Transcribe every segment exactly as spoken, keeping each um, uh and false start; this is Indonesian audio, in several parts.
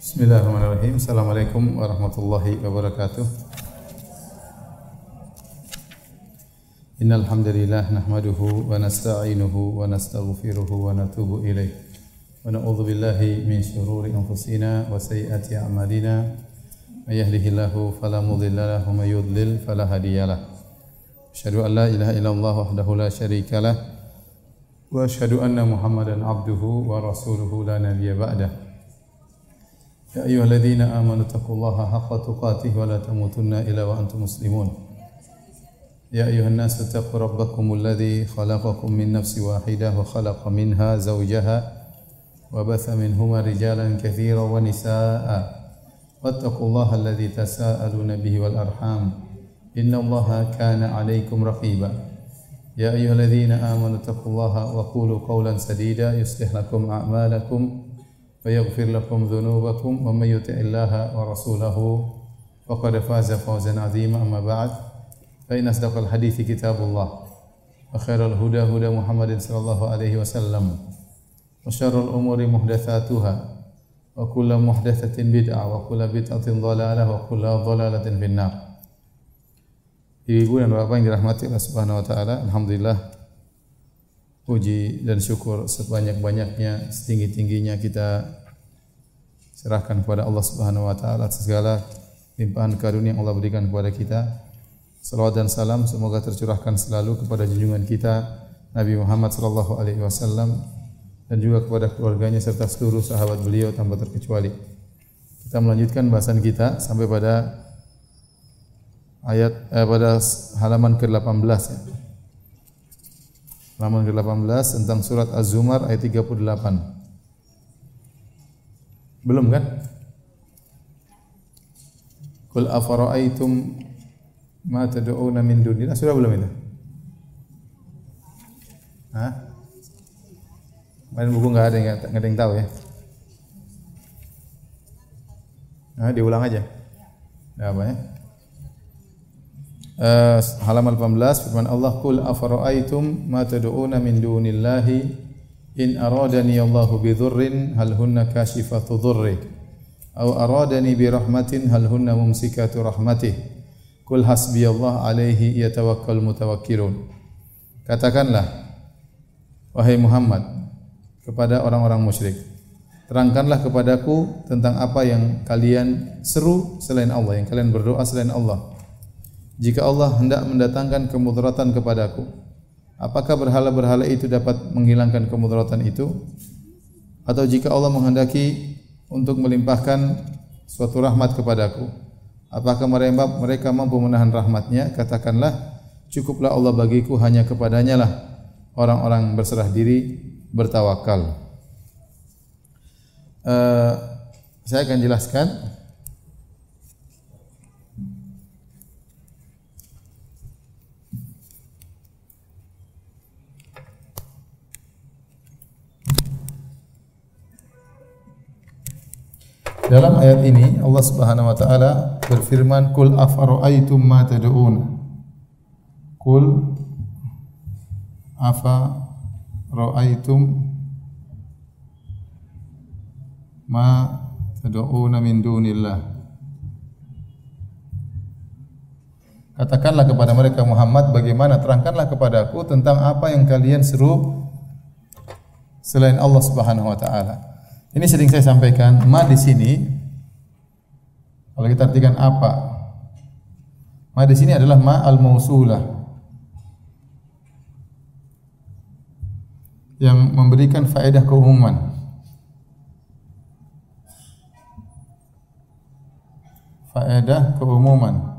Bismillahirrahmanirrahim. Assalamualaikum warahmatullahi wabarakatuh. Innal hamdalillah nahmaduhu wa nasta'inuhu wa nastaghfiruhu wa natubu ilaih. Wa na'udzu billahi min shururi anfusina wa sayyiati a'malina. May yahdihillahu fala mudilla lahu wa may yudlil fala hadiyalah. Asyhadu an la ilaha illallah wahdahu la syarika lah wa asyhadu anna Muhammadan abduhu wa rasuluhu la nabiyya ba'dah. Ya ayyuhalladzina amanu taqullaha haqqa tuqatih wa la tamutunna illa wa antum muslimun. Ya ayyuhan nasu taqu rabbakumul ladzi khalaqakum min nafsin wahidah wa khalaqa minha zawjaha wa batha minhuma rijalan katsiran wa nisaa'a. Wattaqullaha alladzi tasaaluna bihi wal arham. Innallaha kana 'alaikum raqiba. Ya ayyuhalladzina amanu taqullaha wa qulu qawlan sadida yuslih lakum a'malakum ويغفر لكم ذنوبكم ومن يطع الله ورسوله فقد فاز فوزا عظيما أما بعد فإن أصدق الحديث كتاب الله وخير الهدى هدى محمد صلى الله عليه وسلم وشر الأمور محدثاتها وكل محدثة بدعة وكل بدعة ضلالة وكل ضلالة في النار. Ibu dan bapak yang dirahmati Allah Subhanahu wa taala, alhamdulillah puji dan syukur sebanyak-banyaknya, setinggi-tingginya kita serahkan kepada Allah Subhanahu wa taala atas segala limpahan karunia yang Allah berikan kepada kita. Salawat dan salam semoga tercurahkan selalu kepada junjungan kita Nabi Muhammad sallallahu alaihi wasallam dan juga kepada keluarganya serta seluruh sahabat beliau tanpa terkecuali. Kita melanjutkan bahasan kita sampai pada ayat eh, pada halaman ke delapan belas ya. Halaman ke delapan belas tentang surat Az-Zumar ayat tiga puluh delapan. Belum kan? Qul afara'aitum ma tad'una min dunillah. Sudah belum itu? Hah? Main buku enggak ada yang enggak ada yang tahu ya? Nah, diulang aja. Enggak apa ya? Uh, halaman delapan belas firman Allah, qul afara'aitum ma tad'una min dunillahi in aradani Allahu bi dhurrin hal hunna kashifatu dhurri aw aradani bi rahmatin hal hunna mumsikatu rahmatih qul hasbiyallahu alaihi yatawakkalul mutawakkilun. Katakanlah wahai Muhammad kepada orang-orang musyrik, terangkanlah kepadaku tentang apa yang kalian seru selain Allah, yang kalian berdoa selain Allah. Jika Allah hendak mendatangkan kemudaratan kepadaku, apakah berhala-berhala itu dapat menghilangkan kemudaratan itu? Atau jika Allah menghendaki untuk melimpahkan suatu rahmat kepadaku, apakah mereka mampu menahan rahmatnya? Katakanlah, cukuplah Allah bagiku, hanya kepadanya lah orang-orang berserah diri bertawakal. Uh, saya akan jelaskan. Dalam ayat ini Allah Subhanahu wa taala berfirman, "Qul afara'aitum ma tad'un." Qul afara'aitum ma tad'una min dunillah. Katakanlah kepada mereka Muhammad, bagaimana, terangkanlah kepadaku tentang apa yang kalian seru selain Allah Subhanahu wa taala. Ini sering saya sampaikan, ma di sini kalau kita artikan apa? Ma di sini adalah ma al-mausulah yang memberikan faedah keumuman. Faedah keumuman.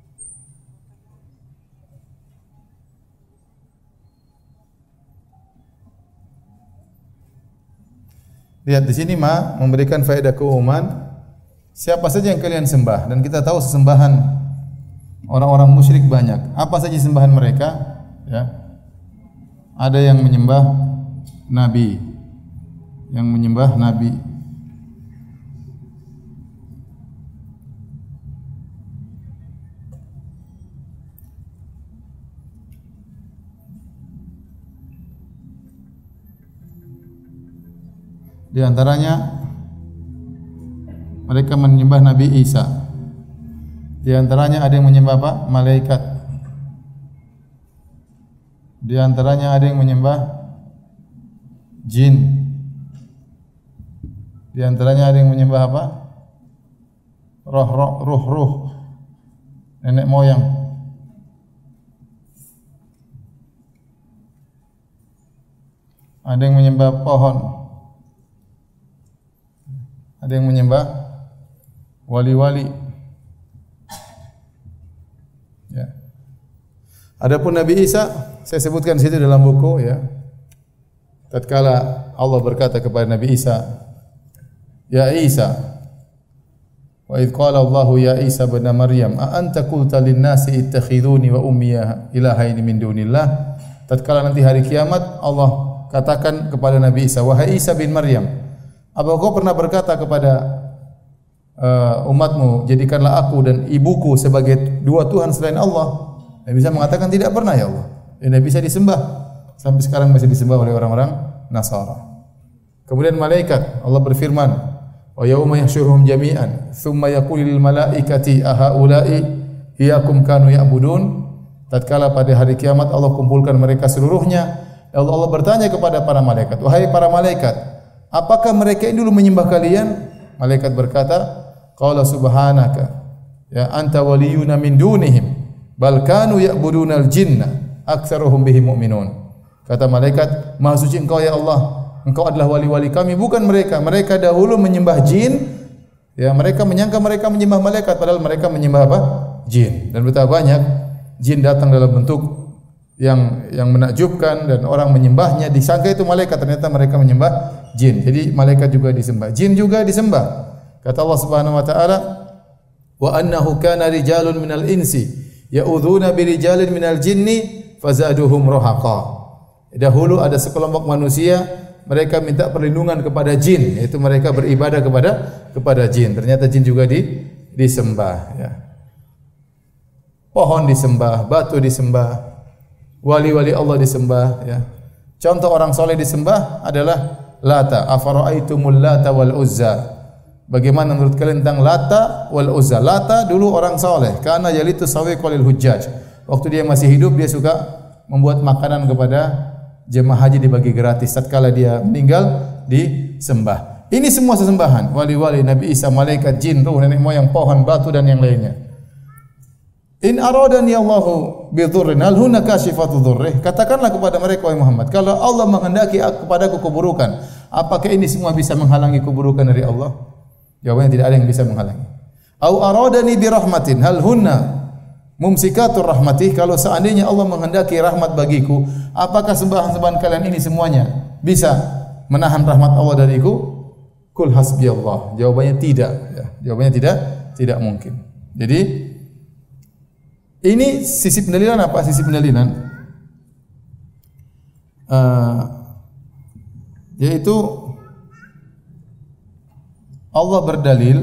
Lihat di sini ma memberikan faedah keumuman. Siapa saja yang kalian sembah, dan kita tahu sesembahan orang-orang musyrik banyak. Apa saja sembahan mereka? Ya. Ada yang menyembah nabi, yang menyembah nabi. Di antaranya mereka menyembah Nabi Isa. Di antaranya ada yang menyembah apa? Malaikat. Di antaranya ada yang menyembah jin. Di antaranya ada yang menyembah apa? Roh-roh, ruh-ruh, nenek moyang. Ada yang menyembah pohon. Ada yang menyembah wali-wali. Ya. Adapun Nabi Isa, saya sebutkan di situ dalam buku ya. Tatkala Allah berkata kepada Nabi Isa, "Ya Isa, wa idh qala Allah ya Isa ibn Maryam, a anta qulta lin-nasi ittakhiduni wa ummiya ilahaini min dunillah." Tatkala nanti hari kiamat Allah katakan kepada Nabi Isa, "Wahai Isa bin Maryam, apa kau pernah berkata kepada uh, umatmu, jadikanlah aku dan ibuku sebagai dua Tuhan selain Allah?" Nabi Isa mengatakan, "Tidak pernah ya Allah." Dan Nabi Isa disembah. Sampai sekarang masih disembah oleh orang-orang Nasara. Kemudian malaikat, Allah berfirman, "Wa yauma yahsyuruhum jami'an, tsumma yaqulu lil malaikati ahaula'i iyyakum kanu ya'budun." Tatkala pada hari kiamat Allah kumpulkan mereka seluruhnya, Allah, Allah bertanya kepada para malaikat, "Wahai para malaikat, apakah mereka ini dulu menyembah kalian?" Malaikat berkata, "Qala subhanaka, ya anta waliyuna min dunihim, bal kanu ya'budunal jinna, aktsaruhum bihi mu'minun." Kata malaikat, "Maha suci Engkau ya Allah, Engkau adalah wali-wali kami, bukan mereka. Mereka dahulu menyembah jin. Ya, mereka menyangka mereka menyembah malaikat, padahal mereka menyembah apa? Jin." Dan betapa banyak jin datang dalam bentuk yang yang menakjubkan dan orang menyembahnya, disangka itu malaikat, ternyata mereka menyembah jin. Jadi malaikat juga disembah, jin juga disembah. Kata Allah Subhanahu wa taala, "Wa annahu kana rijalun minal insi ya'udzuuna birijalin minal jinni fazaduhum rahaqa." Dahulu ada sekelompok manusia, mereka minta perlindungan kepada jin, yaitu mereka beribadah kepada kepada jin. Ternyata jin juga di, disembah. Ya. Pohon disembah, batu disembah, wali-wali Allah disembah. Ya. Contoh orang soleh disembah adalah Lata. Afara'aitumul Lata wal Uzza. Bagaimana menurut kalian tentang Lata wal Uzza? Lata dulu orang soleh, karena yalitu sawiqul hujjaj. Waktu dia masih hidup, dia suka membuat makanan kepada jemaah haji, dibagi gratis. Tatkala dia meninggal, disembah. Ini semua sesembahan, wali-wali, Nabi Isa, malaikat, jin, ruh, nenek moyang, pohon, batu dan yang lainnya. In aradani Allahu bi dhurrin hal hunna kashifatu dhurrih. Katakanlah kepada mereka, wahai Muhammad, kalau Allah menghendaki kepadaku keburukan, apakah ini semua bisa menghalangi keburukan dari Allah? Jawabannya tidak ada yang bisa menghalangi. Au aradani bi rahmatin hal hunna mumsikatur rahmatih. Kalau seandainya Allah menghendaki rahmat bagiku, apakah sembahan-sembahan kalian ini semuanya bisa menahan rahmat Allah dariku? Kul hasbiyallah. Jawabannya tidak. Ya. Jawabannya tidak, tidak mungkin. Jadi ini sisi pendalilan apa? Sisi pendalilan uh, yaitu Allah berdalil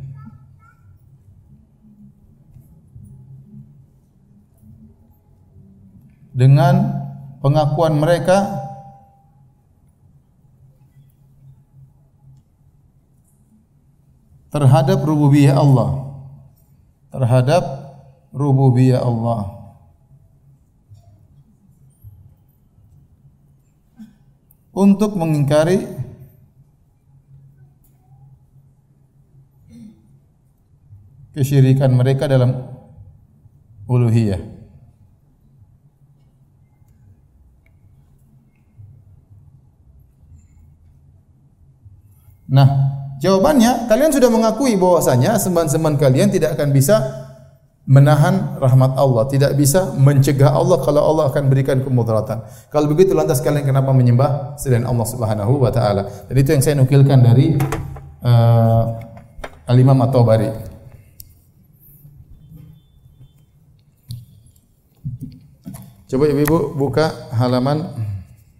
dengan pengakuan mereka terhadap rububiyah Allah, terhadap rububiyah Allah. Untuk mengingkari kesyirikan mereka dalam uluhiyah. Nah, jawabannya, kalian sudah mengakui bahwasanya sembahan-sembahan kalian tidak akan bisa menahan rahmat Allah, tidak bisa mencegah Allah kalau Allah akan berikan kemudaratan. Kalau begitu lantas kalian kenapa menyembah selain Allah Subhanahu wa taala? Jadi itu yang saya nukilkan dari uh, Al-Imam At-Tabari. Coba Ibu-ibu buka halaman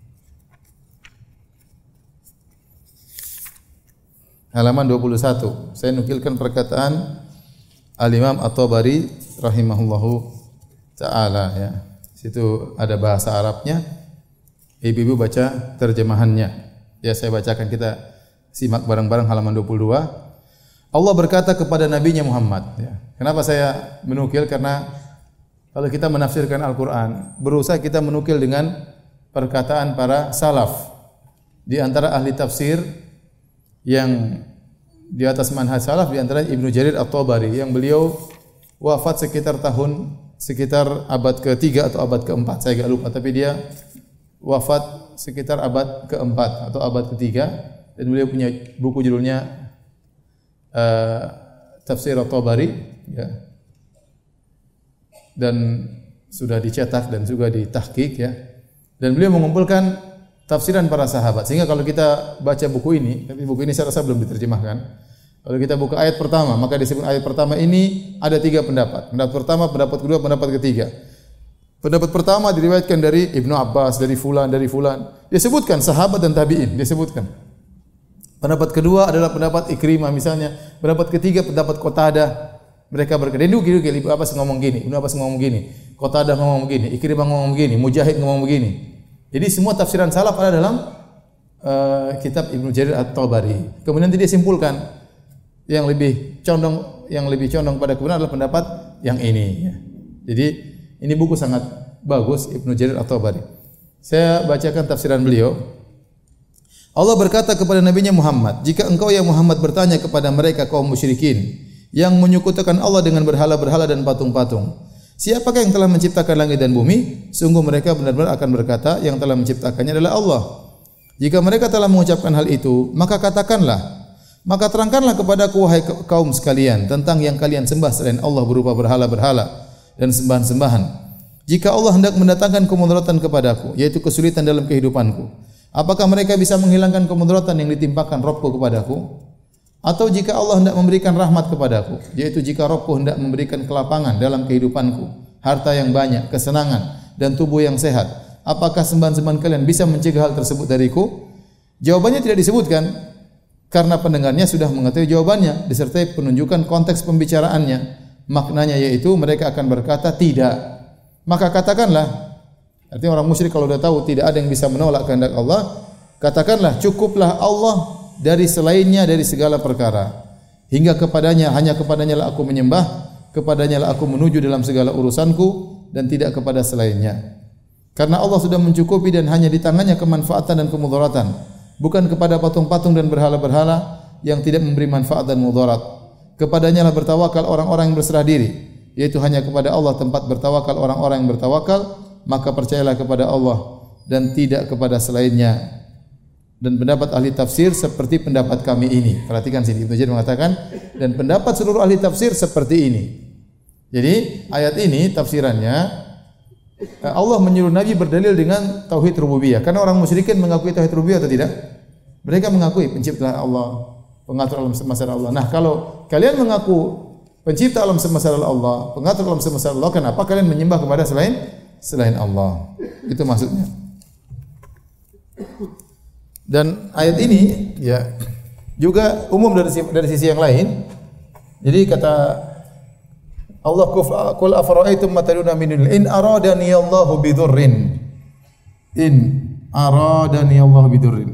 halaman dua puluh satu. Saya nukilkan perkataan Al-Imam At-Tabari rahimahullahu taala ya. Situ ada bahasa Arabnya. Ibu-ibu baca terjemahannya. Ya, saya bacakan, kita simak bareng-bareng halaman dua puluh dua. Allah berkata kepada nabinya Muhammad, ya. Kenapa saya menukil? Karena kalau kita menafsirkan Al-Qur'an, berusaha kita menukil dengan perkataan para salaf. Di antara ahli tafsir yang di atas manhaj salaf di antara Ibnu Jarir At-Tabari yang beliau wafat sekitar tahun sekitar abad ketiga atau abad keempat, saya agak lupa, tapi dia wafat sekitar abad keempat atau abad ketiga dan beliau punya buku judulnya uh, Tafsir At-Tabari, ya. Dan sudah dicetak dan juga ditahqiq, ya. Dan beliau mengumpulkan tafsiran para sahabat. Sehingga kalau kita baca buku ini, tapi buku ini saya rasa belum diterjemahkan. Kalau kita buka ayat pertama, maka disebut ayat pertama ini ada tiga pendapat. Pendapat pertama, pendapat kedua, pendapat ketiga. Pendapat pertama diriwayatkan dari Ibnu Abbas, dari fulan, dari fulan. Dia sebutkan sahabat dan tabi'in, dia sebutkan. Pendapat kedua adalah pendapat Ikrimah misalnya. Pendapat ketiga pendapat Qatadah. Mereka berkata, "Duh, gini, Ibnu Abbas ngomong gini, Ibnu Abbas ngomong gini, Qatadah ngomong begini, Ikrimah ngomong begini, Mujahid ngomong begini." Jadi semua tafsiran salaf ada dalam uh, kitab Ibnu Jarir At-Tabari. Kemudian dia simpulkan yang lebih condong yang lebih condong pada kebenaran adalah pendapat yang ini, ya. Jadi ini buku sangat bagus Ibnu Jarir At-Tabari. Saya bacakan tafsiran beliau. Allah berkata kepada nabinya Muhammad, "Jika engkau ya Muhammad bertanya kepada mereka kaum musyrikin yang menyekutukan Allah dengan berhala-berhala dan patung-patung, siapakah yang telah menciptakan langit dan bumi? Sungguh mereka benar-benar akan berkata, yang telah menciptakannya adalah Allah. Jika mereka telah mengucapkan hal itu, maka katakanlah, maka terangkanlah kepadaku wahai kaum sekalian tentang yang kalian sembah selain Allah berupa berhala-berhala dan sembahan-sembahan. Jika Allah hendak mendatangkan kemudaratan kepadaku, yaitu kesulitan dalam kehidupanku, apakah mereka bisa menghilangkan kemudaratan yang ditimpakan Rabbku kepadaku? Atau jika Allah hendak memberikan rahmat kepadaku, yaitu jika Rabbku hendak memberikan kelapangan dalam kehidupanku, harta yang banyak, kesenangan, dan tubuh yang sehat, apakah sembahan-sembahan kalian bisa mencegah hal tersebut dariku?" Jawabannya tidak disebutkan, karena pendengarnya sudah mengetahui jawabannya, disertai penunjukan konteks pembicaraannya. Maknanya yaitu mereka akan berkata tidak. Maka katakanlah, artinya orang musyrik kalau sudah tahu tidak ada yang bisa menolak kehendak Allah, katakanlah cukuplah Allah dari selainnya dari segala perkara. Hingga kepadanya, hanya kepadanya lah aku menyembah, kepadanya lah aku menuju dalam segala urusanku, dan tidak kepada selainnya. Karena Allah sudah mencukupi dan hanya di tangannya kemanfaatan dan kemudaratan, bukan kepada patung-patung dan berhala-berhala yang tidak memberi manfaat dan mudarat. Kepadanya lah bertawakal orang-orang yang berserah diri, yaitu hanya kepada Allah tempat bertawakal orang-orang yang bertawakal, maka percayalah kepada Allah dan tidak kepada selainnya. Dan pendapat ahli tafsir seperti pendapat kami ini. Perhatikan sini, Ibnu Jarir mengatakan, dan pendapat seluruh ahli tafsir seperti ini. Jadi ayat ini tafsirannya, Allah menyuruh Nabi berdalil dengan tauhid rububiyah. Karena orang musyrikin mengakui tauhid rububiyah atau tidak? Mereka mengakui pencipta Allah, pengatur alam semesta Allah. Nah, kalau kalian mengaku pencipta alam semesta Allah, pengatur alam semesta Allah, kenapa kalian menyembah kepada selain selain Allah? Itu maksudnya. Dan ayat ini ya juga umum dari dari sisi yang lain. Jadi kata Allah, qul afara'aytum ma tad'una min dunihi in aradani Allahu bidurrin in aradani Allahu bidurrin.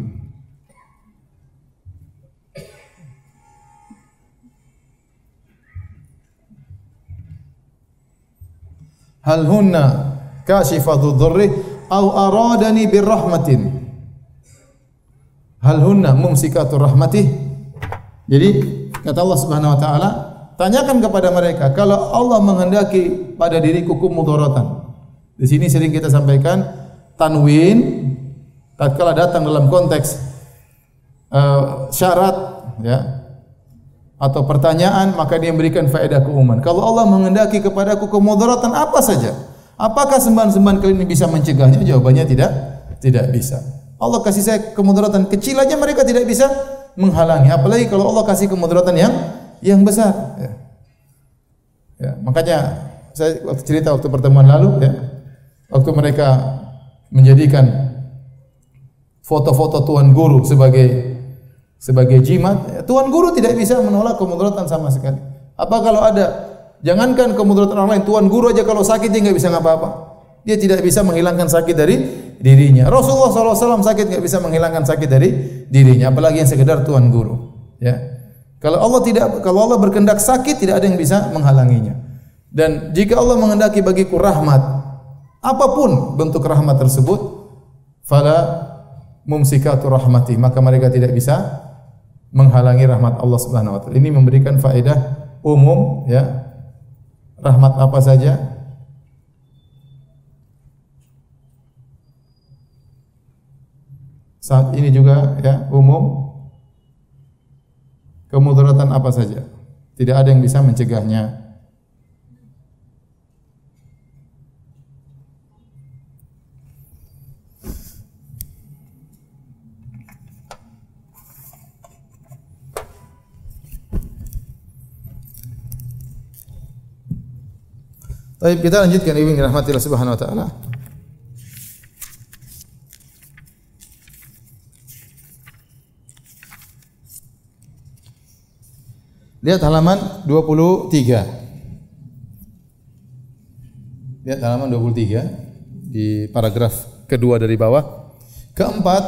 Hal hunna kashifatu dhurri aw aradani birrahmatin. Hal hunna mumsikatur rahmatih. Jadi kata Allah Subhanahu wa taala, tanyakan kepada mereka kalau Allah menghendaki pada diriku kemudaratan. Di sini sering kita sampaikan tanwin tatkala datang dalam konteks uh, syarat ya atau pertanyaan, maka dia memberikan faedah keumuman. Kalau Allah menghendaki kepadaku kemudaratan apa saja, apakah sembahan-sembahan kalian ini bisa mencegahnya? Jawabannya tidak, tidak bisa. Allah kasih saya kemudaratan kecil aja mereka tidak bisa menghalangi, apalagi kalau Allah kasih kemudaratan yang yang besar. Ya. Ya, makanya saya waktu cerita waktu pertemuan lalu, ya, waktu mereka menjadikan foto-foto tuan guru sebagai sebagai jimat, ya, tuan guru tidak bisa menolak kemudaratan sama sekali. Apa kalau ada, jangankan kemudaratan orang lain, tuan guru aja kalau sakit dia nggak bisa ngapa-apa. Dia tidak bisa menghilangkan sakit dari dirinya. Rasulullah shallallahu alaihi wasallam sakit nggak bisa menghilangkan sakit dari dirinya, apalagi yang sekedar tuan guru. Ya. Kalau Allah tidak kalau Allah berkehendak sakit, tidak ada yang bisa menghalanginya. Dan jika Allah menghendaki bagiku rahmat, apapun bentuk rahmat tersebut, fala mumsikatu rahmati, maka mereka tidak bisa menghalangi rahmat Allah Subhanahu wa taala. Ini memberikan faedah umum, ya. Rahmat apa saja saat ini juga, ya, umum. Kemudaratan apa saja, tidak ada yang bisa mencegahnya. Baik, kita lanjutkan ibn rahmatillah subhanahu wa ta'ala. Lihat halaman dua puluh tiga. Lihat halaman dua puluh tiga di paragraf kedua dari bawah. Keempat,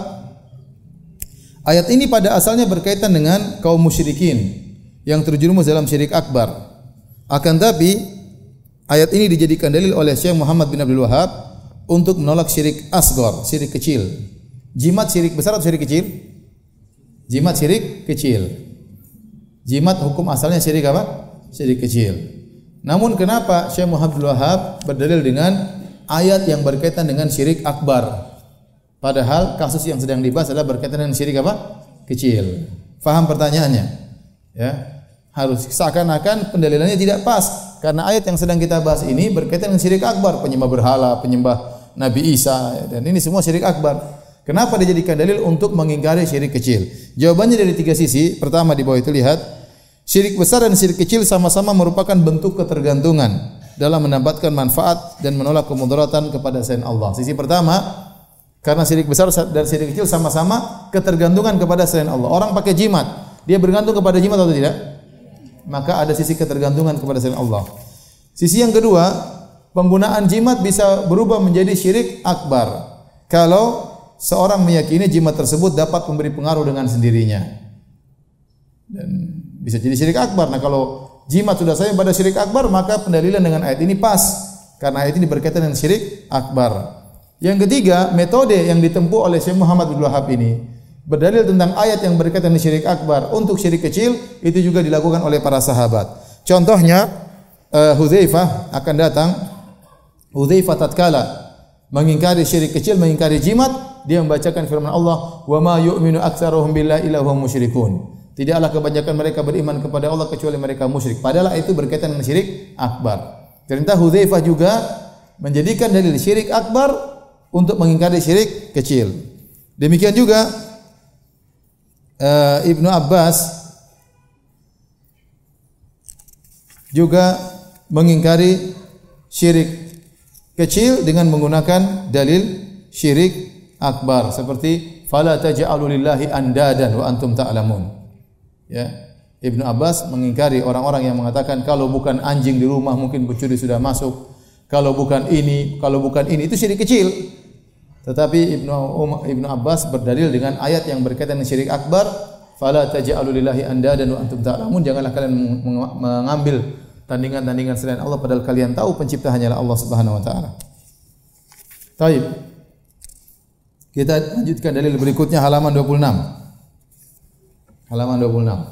ayat ini pada asalnya berkaitan dengan kaum musyrikin yang terjerumus dalam syirik akbar. Akan tapi ayat ini dijadikan dalil oleh Syekh Muhammad bin Abdul Wahhab untuk menolak syirik asghar, syirik kecil. Jimat syirik besar atau syirik kecil? Jimat syirik kecil. Jimat hukum asalnya syirik apa? Syirik kecil. Namun kenapa Syekh Muhammad bin Abdul Wahhab berdalil dengan ayat yang berkaitan dengan syirik akbar? Padahal kasus yang sedang dibahas adalah berkaitan dengan syirik apa? Kecil. Faham pertanyaannya? Ya. Harus seakan-akan pendalilannya tidak pas. Karena ayat yang sedang kita bahas ini berkaitan dengan syirik akbar, penyembah berhala, penyembah Nabi Isa, dan ini semua syirik akbar. Kenapa dijadikan dalil untuk mengingkari syirik kecil? Jawabannya dari tiga sisi. Pertama di bawah itu lihat, syirik besar dan syirik kecil sama-sama merupakan bentuk ketergantungan dalam mendapatkan manfaat dan menolak kemudaratan kepada selain Allah. Sisi pertama, karena syirik besar dan syirik kecil sama-sama ketergantungan kepada selain Allah. Orang pakai jimat, dia bergantung kepada jimat atau tidak? Maka ada sisi ketergantungan kepada selain Allah. Sisi yang kedua, penggunaan jimat bisa berubah menjadi syirik akbar kalau seorang meyakini jimat tersebut dapat memberi pengaruh dengan sendirinya, dan bisa jadi syirik akbar. Nah, kalau jimat sudah sampai pada syirik akbar, maka pendalilan dengan ayat ini pas, karena ayat ini berkaitan dengan syirik akbar. Yang ketiga, metode yang ditempuh oleh Syekh Muhammad bin Wahhab ini berdalil tentang ayat yang berkaitan dengan syirik akbar untuk syirik kecil, itu juga dilakukan oleh para sahabat. Contohnya, uh, Hudzaifah akan datang. Hudzaifah tatkala mengingkari syirik kecil, mengingkari jimat, dia membacakan firman Allah, "Wa ma yu'minu aktsaruhum billahi illa hum musyrikun." Tidaklah kebanyakan mereka beriman kepada Allah kecuali mereka musyrik. Padahal itu berkaitan dengan syirik akbar. Ternyata Hudzaifah juga menjadikan dalil syirik akbar untuk mengingkari syirik kecil. Demikian juga Uh, Ibnu Abbas juga mengingkari syirik kecil dengan menggunakan dalil syirik akbar seperti fala taj'alu lillahi andadan wa antum ta'lamun. Ya, Ibnu Abbas mengingkari orang-orang yang mengatakan kalau bukan anjing di rumah mungkin pencuri sudah masuk. Kalau bukan ini, kalau bukan ini, itu syirik kecil. Tetapi Ibnu um, Ibnu Abbas berdalil dengan ayat yang berkaitan dengan syirik akbar, fala taj'alu lillahi andadan wa antum ta'lamun, janganlah kalian mengambil tandingan-tandingan selain Allah padahal kalian tahu pencipta hanyalah Allah Subhanahu wa taala. Baik. Kita lanjutkan dalil berikutnya halaman dua puluh enam. Halaman dua puluh enam.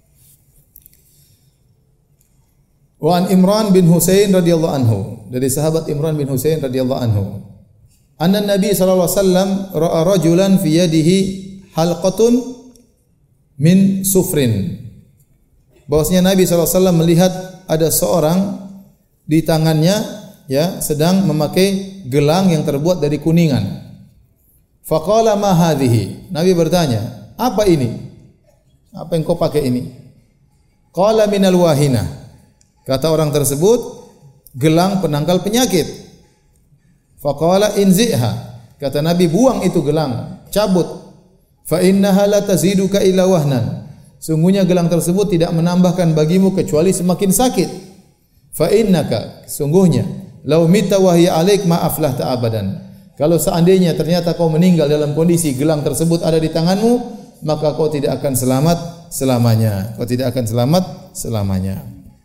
Wa an Imran bin Husain radhiyallahu anhu, dari sahabat Imran bin Husain radhiyallahu anhu, anna Nabi sallallahu alaihi wasallam ra'a rajulan fi yadihi halqatun min sufrin. Bahwasanya Nabi sallallahu alaihi wasallam melihat ada seorang di tangannya, ya, sedang memakai gelang yang terbuat dari kuningan. Faqala ma hadhihi? Nabi bertanya, "Apa ini? Apa yang kau pakai ini?" Qala minal wahina. Kata orang tersebut, gelang penangkal penyakit. Faqala inzi'ha. Kata Nabi, buang itu gelang, cabut. Fa innaha la taziduka illa wahnan. Sungguhnya gelang tersebut tidak menambahkan bagimu kecuali semakin sakit. Fa innaka, sungguhnya, law mita wa hiya alaik ma aflahta abadan. Kalau seandainya ternyata kau meninggal dalam kondisi gelang tersebut ada di tanganmu, maka kau tidak akan selamat selamanya. Kau tidak akan selamat selamanya.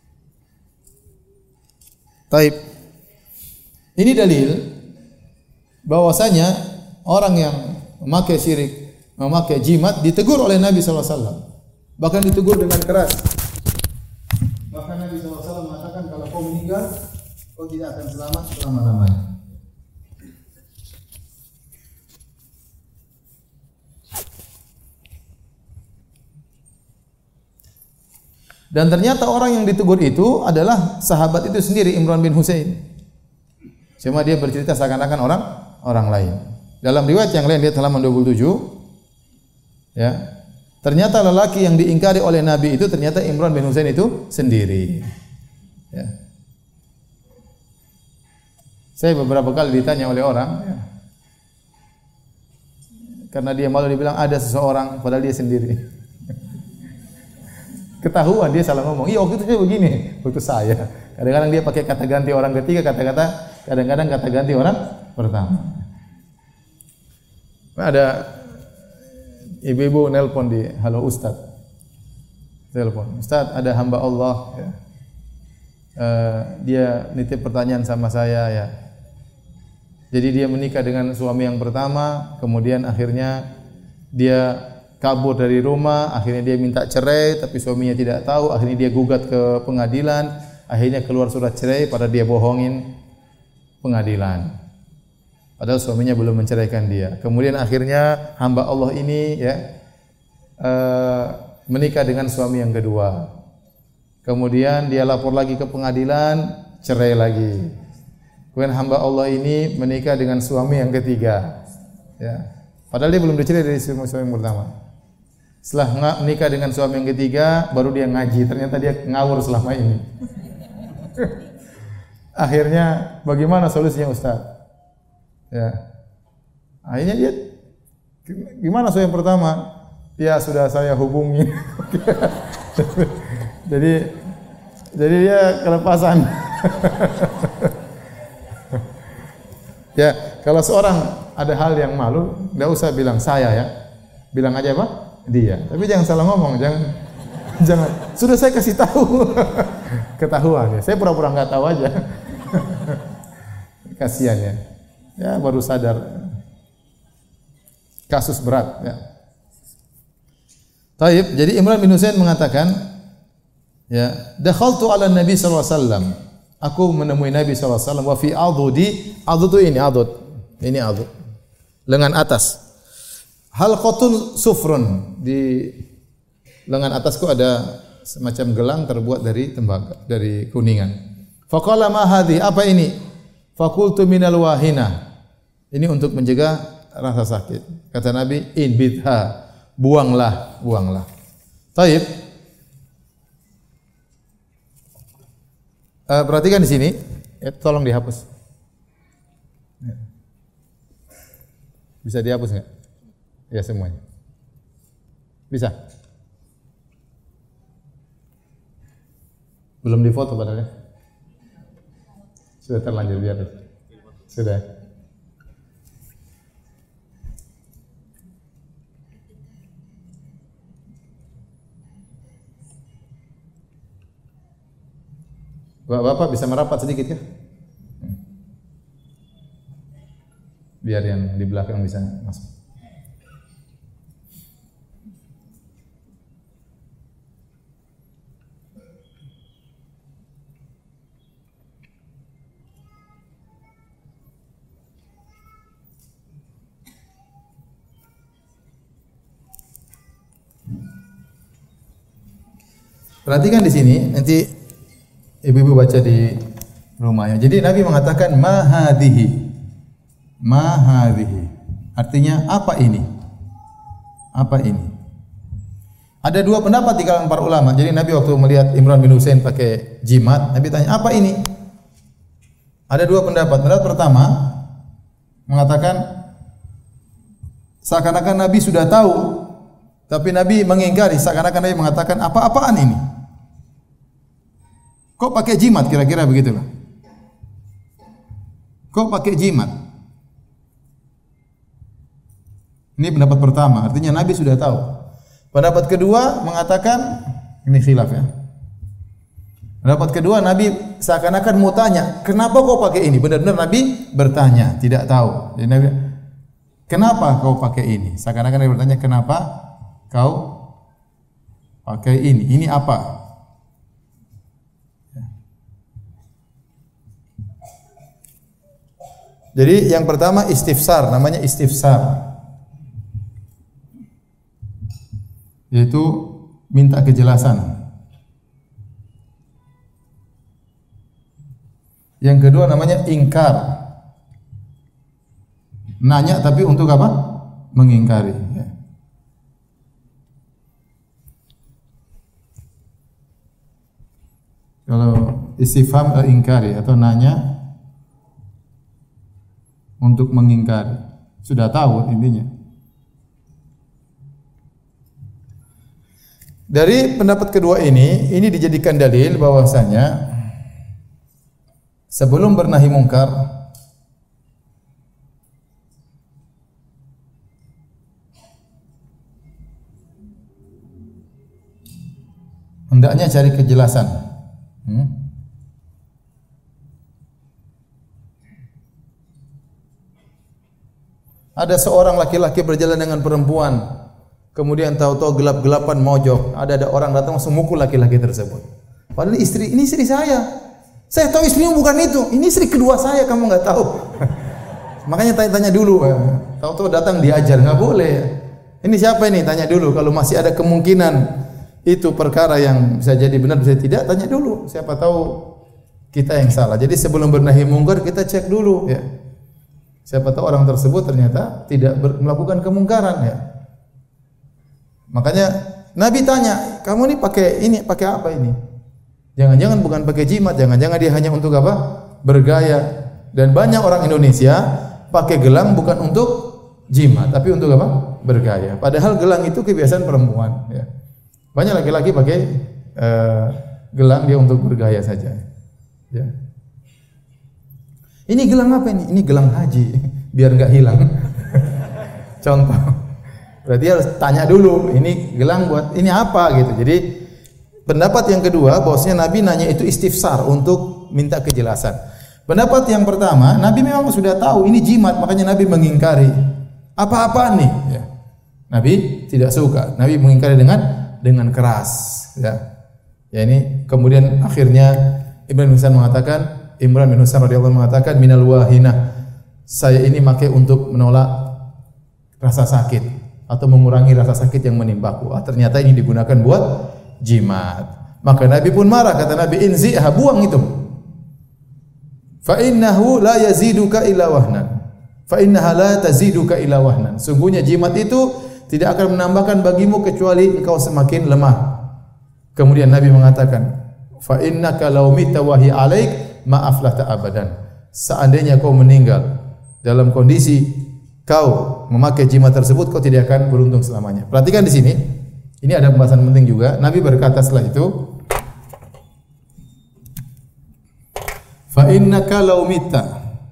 Taib. Ini dalil bahwasanya orang yang memakai syirik, memakai jimat ditegur oleh Nabi sallallahu alaihi wasallam. Bahkan ditegur dengan keras. Bahkan Nabi sallallahu alaihi wasallam mengatakan kalau kau meninggal, kau tidak akan selamat selama-lamanya. Dan ternyata orang yang ditegur itu adalah sahabat itu sendiri, Imran bin Husain. Cuma dia bercerita seakan-akan orang orang lain. Dalam riwayat yang lain lihat halaman dua puluh tujuh, ya. Ternyata lelaki yang diingkari oleh Nabi itu ternyata Imran bin Husain itu sendiri. Ya. Saya beberapa kali ditanya oleh orang, ya. Karena dia malu dibilang ada seseorang padahal dia sendiri. Ketahuan dia salah ngomong. Iya waktu itu saya begini, waktu saya. Kadang-kadang dia pakai kata ganti orang ketiga, kata-kata kadang-kadang kata ganti orang pertama. Ada ibu-ibu nelpon di, halo Ustaz. Telepon, Ustaz ada hamba Allah. Ya. Uh, dia nitip pertanyaan sama saya ya. Jadi dia menikah dengan suami yang pertama, kemudian akhirnya dia kabur dari rumah, akhirnya dia minta cerai, tapi suaminya tidak tahu, akhirnya dia gugat ke pengadilan, akhirnya keluar surat cerai, pada dia bohongin pengadilan. Padahal suaminya belum menceraikan dia. Kemudian akhirnya hamba Allah ini ya uh, menikah dengan suami yang kedua. Kemudian dia lapor lagi ke pengadilan, cerai lagi. Kemudian hamba Allah ini menikah dengan suami yang ketiga. Ya. Padahal dia belum dicerai dari suami yang pertama. Setelah menikah dengan suami yang ketiga, baru dia ngaji. Ternyata dia ngawur selama ini. Akhirnya, bagaimana solusinya Ustaz? Ya. Akhirnya dia, gimana suami yang pertama? Ya sudah saya hubungi. jadi, jadi dia kelepasan. Ya, kalau seorang ada hal yang malu, tidak usah bilang saya ya. Bilang aja apa? Dia. Tapi jangan salah ngomong, jangan jangan. Sudah saya kasih tahu. Ketahuan ya. Saya pura-pura enggak tahu aja. Kasihan ya. Ya baru sadar. Kasus berat ya. Taib, jadi Imran bin Husain mengatakan ya, dakhaltu ala Nabi sallallahu alaihi wasallam. Aku menemui Nabi sallallahu alaihi wasallam wa fi adudi, adud itu ini adud. Ini adud. Lengan atas. Halqatun sufrun, di lengan atasku ada semacam gelang terbuat dari tembaga, dari kuningan. Faqala ma hadhi, apa ini? Faqultu minal wahina. Ini untuk mencegah rasa sakit. Kata Nabi, in bidha, buanglah, buanglah. Taib. Uh, perhatikan di sini, ya, tolong dihapus. Bisa dihapus enggak? Ya semuanya. Bisa? Belum difoto padahal ya? Sudah terlanjur biar. Sudah. Bapak bisa merapat sedikit ya? Biar yang di belakang bisa masuk. Perhatikan di sini, nanti ibu-ibu baca di rumahnya. Jadi Nabi mengatakan ma hadhihi. Ma hadhihi. Artinya apa ini? Apa ini? Ada dua pendapat di kalangan para ulama. Jadi Nabi waktu melihat Imran bin Husain pakai jimat, Nabi tanya, "Apa ini?" Ada dua pendapat. Pendapat pertama mengatakan seakan-akan Nabi sudah tahu, tapi Nabi mengingkari, seakan-akan Nabi mengatakan, "Apa-apaan ini? Kok pakai jimat?" Kira-kira begitulah. Kok pakai jimat? Ini pendapat pertama, artinya Nabi sudah tahu. Pendapat kedua mengatakan, ini khilaf ya. Pendapat kedua, Nabi seakan-akan mau tanya, kenapa kau pakai ini? Benar-benar Nabi bertanya, tidak tahu. Jadi Nabi, kenapa kau pakai ini? Seakan-akan Nabi bertanya, kenapa kau pakai ini? Ini apa? Jadi yang pertama istifsar, namanya istifsar. Yaitu minta kejelasan. Yang kedua namanya ingkar. Nanya tapi untuk apa? Mengingkari. Ya. Kalau istifham atau ingkari atau nanya untuk mengingkari. Sudah tahu intinya. Dari pendapat kedua ini, ini dijadikan dalil bahwasanya sebelum bernahi mungkar hendaknya cari kejelasan. Hmm? Ada seorang laki-laki berjalan dengan perempuan, kemudian tahu-tahu gelap-gelapan mojok, ada ada orang datang langsung mukul laki-laki tersebut. Padahal istri, ini istri saya. Saya tahu istrimu bukan itu. Ini istri kedua saya, kamu nggak tahu. Makanya tanya-tanya dulu. Tahu-tahu datang diajar, nggak boleh. Ini siapa ini? Tanya dulu. Kalau masih ada kemungkinan itu perkara yang bisa jadi benar, bisa tidak, tanya dulu. Siapa tahu kita yang salah. Jadi sebelum bernahi mungkar kita cek dulu. Ya. Siapa tahu orang tersebut ternyata tidak melakukan kemungkaran. Ya. Makanya Nabi tanya, kamu ini pakai ini, pakai apa ini? Jangan-jangan bukan pakai jimat, jangan-jangan dia hanya untuk apa? Bergaya. Dan banyak orang Indonesia pakai gelang bukan untuk jimat, tapi untuk apa? Bergaya. Padahal gelang itu kebiasaan perempuan. Ya. Banyak laki-laki pakai uh, gelang dia untuk bergaya saja. Ya. Ini gelang apa ini? Ini gelang haji, biar nggak hilang. Contoh. Berarti harus tanya dulu, ini gelang buat ini apa gitu. Jadi pendapat yang kedua, bahwasanya Nabi nanya itu istifsar untuk minta kejelasan. Pendapat yang pertama, Nabi memang sudah tahu ini jimat, makanya Nabi mengingkari. Apa-apaan nih? Ya. Nabi tidak suka. Nabi mengingkari dengan dengan keras. Ya, ya ini kemudian akhirnya Imran bin Husain mengatakan, Imran bin Husain radhiyallahu anhu mengatakan, minal wahinah. Saya ini pakai untuk menolak rasa sakit atau mengurangi rasa sakit yang menimpaku. Ah, ternyata ini digunakan buat jimat. Maka Nabi pun marah, kata Nabi, inzi'ha, buang itu. Fa innahu la yaziduka illa wahnan. Fa innaha la taziduka illa wahnan. Sungguhnya jimat itu tidak akan menambahkan bagimu kecuali engkau semakin lemah. Kemudian Nabi mengatakan, fa innaka law mita wa hi alaik ma aflahta abadan. Seandainya kau meninggal dalam kondisi kau memakai jimat tersebut, kau tidak akan beruntung selamanya. Perhatikan di sini. Ini ada pembahasan penting juga. Nabi berkata setelah itu, fa innaka law mita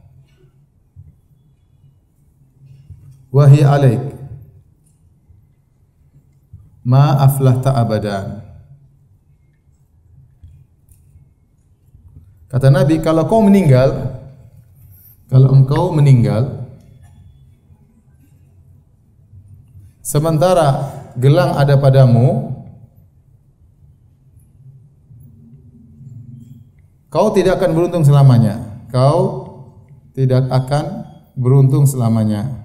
wa hi alaik ma aflahta abadan. Kata Nabi, kalau kau meninggal, kalau engkau meninggal sementara gelang ada padamu, kau tidak akan beruntung selamanya. Kau tidak akan beruntung selamanya.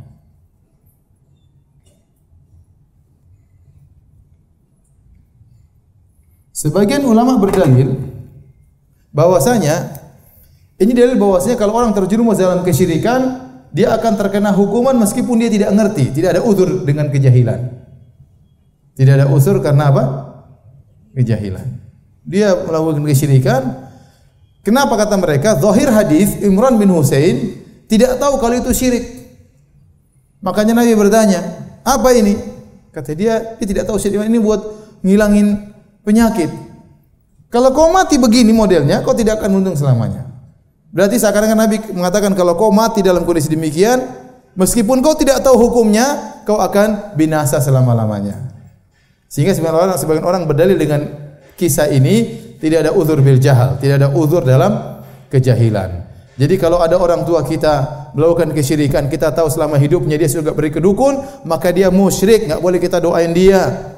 Sebagian ulama berdalil bahwasanya ini dalil bahwasanya kalau orang terjerumus dalam kesyirikan, dia akan terkena hukuman meskipun dia tidak ngerti, tidak ada uzur dengan kejahilan. Tidak ada uzur karena apa? Kejahilan. Dia melakukan kesyirikan. Kenapa kata mereka? Zahir hadis Imran bin Husain tidak tahu kalau itu syirik. Makanya Nabi bertanya, apa ini? Kata dia, dia tidak tahu syirik ini buat ngilangin penyakit. Kalau kau mati begini modelnya, kau tidak akan untung selamanya. Berarti seakan-akan Nabi mengatakan kalau kau mati dalam kondisi demikian, meskipun kau tidak tahu hukumnya, kau akan binasa selama-lamanya. Sehingga sebagian orang sebagian orang berdalil dengan kisah ini tidak ada uzur bil jahal, tidak ada uzur dalam kejahilan. Jadi kalau ada orang tua kita melakukan kesyirikan, kita tahu selama hidupnya dia sudah beri kedukun, maka dia musyrik, enggak boleh kita doain dia.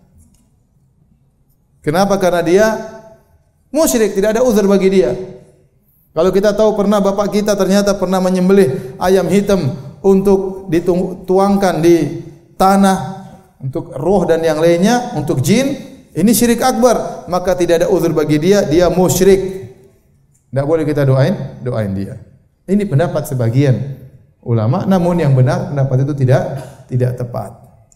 Kenapa? Karena dia musyrik, tidak ada uzur bagi dia. Kalau kita tahu pernah bapak kita ternyata pernah menyembelih ayam hitam untuk dituangkan di tanah untuk roh dan yang lainnya, untuk jin, ini syirik akbar, maka tidak ada uzur bagi dia, dia musyrik. Tidak boleh kita doain, doain dia. Ini pendapat sebagian ulama, namun yang benar pendapat itu tidak tidak tepat.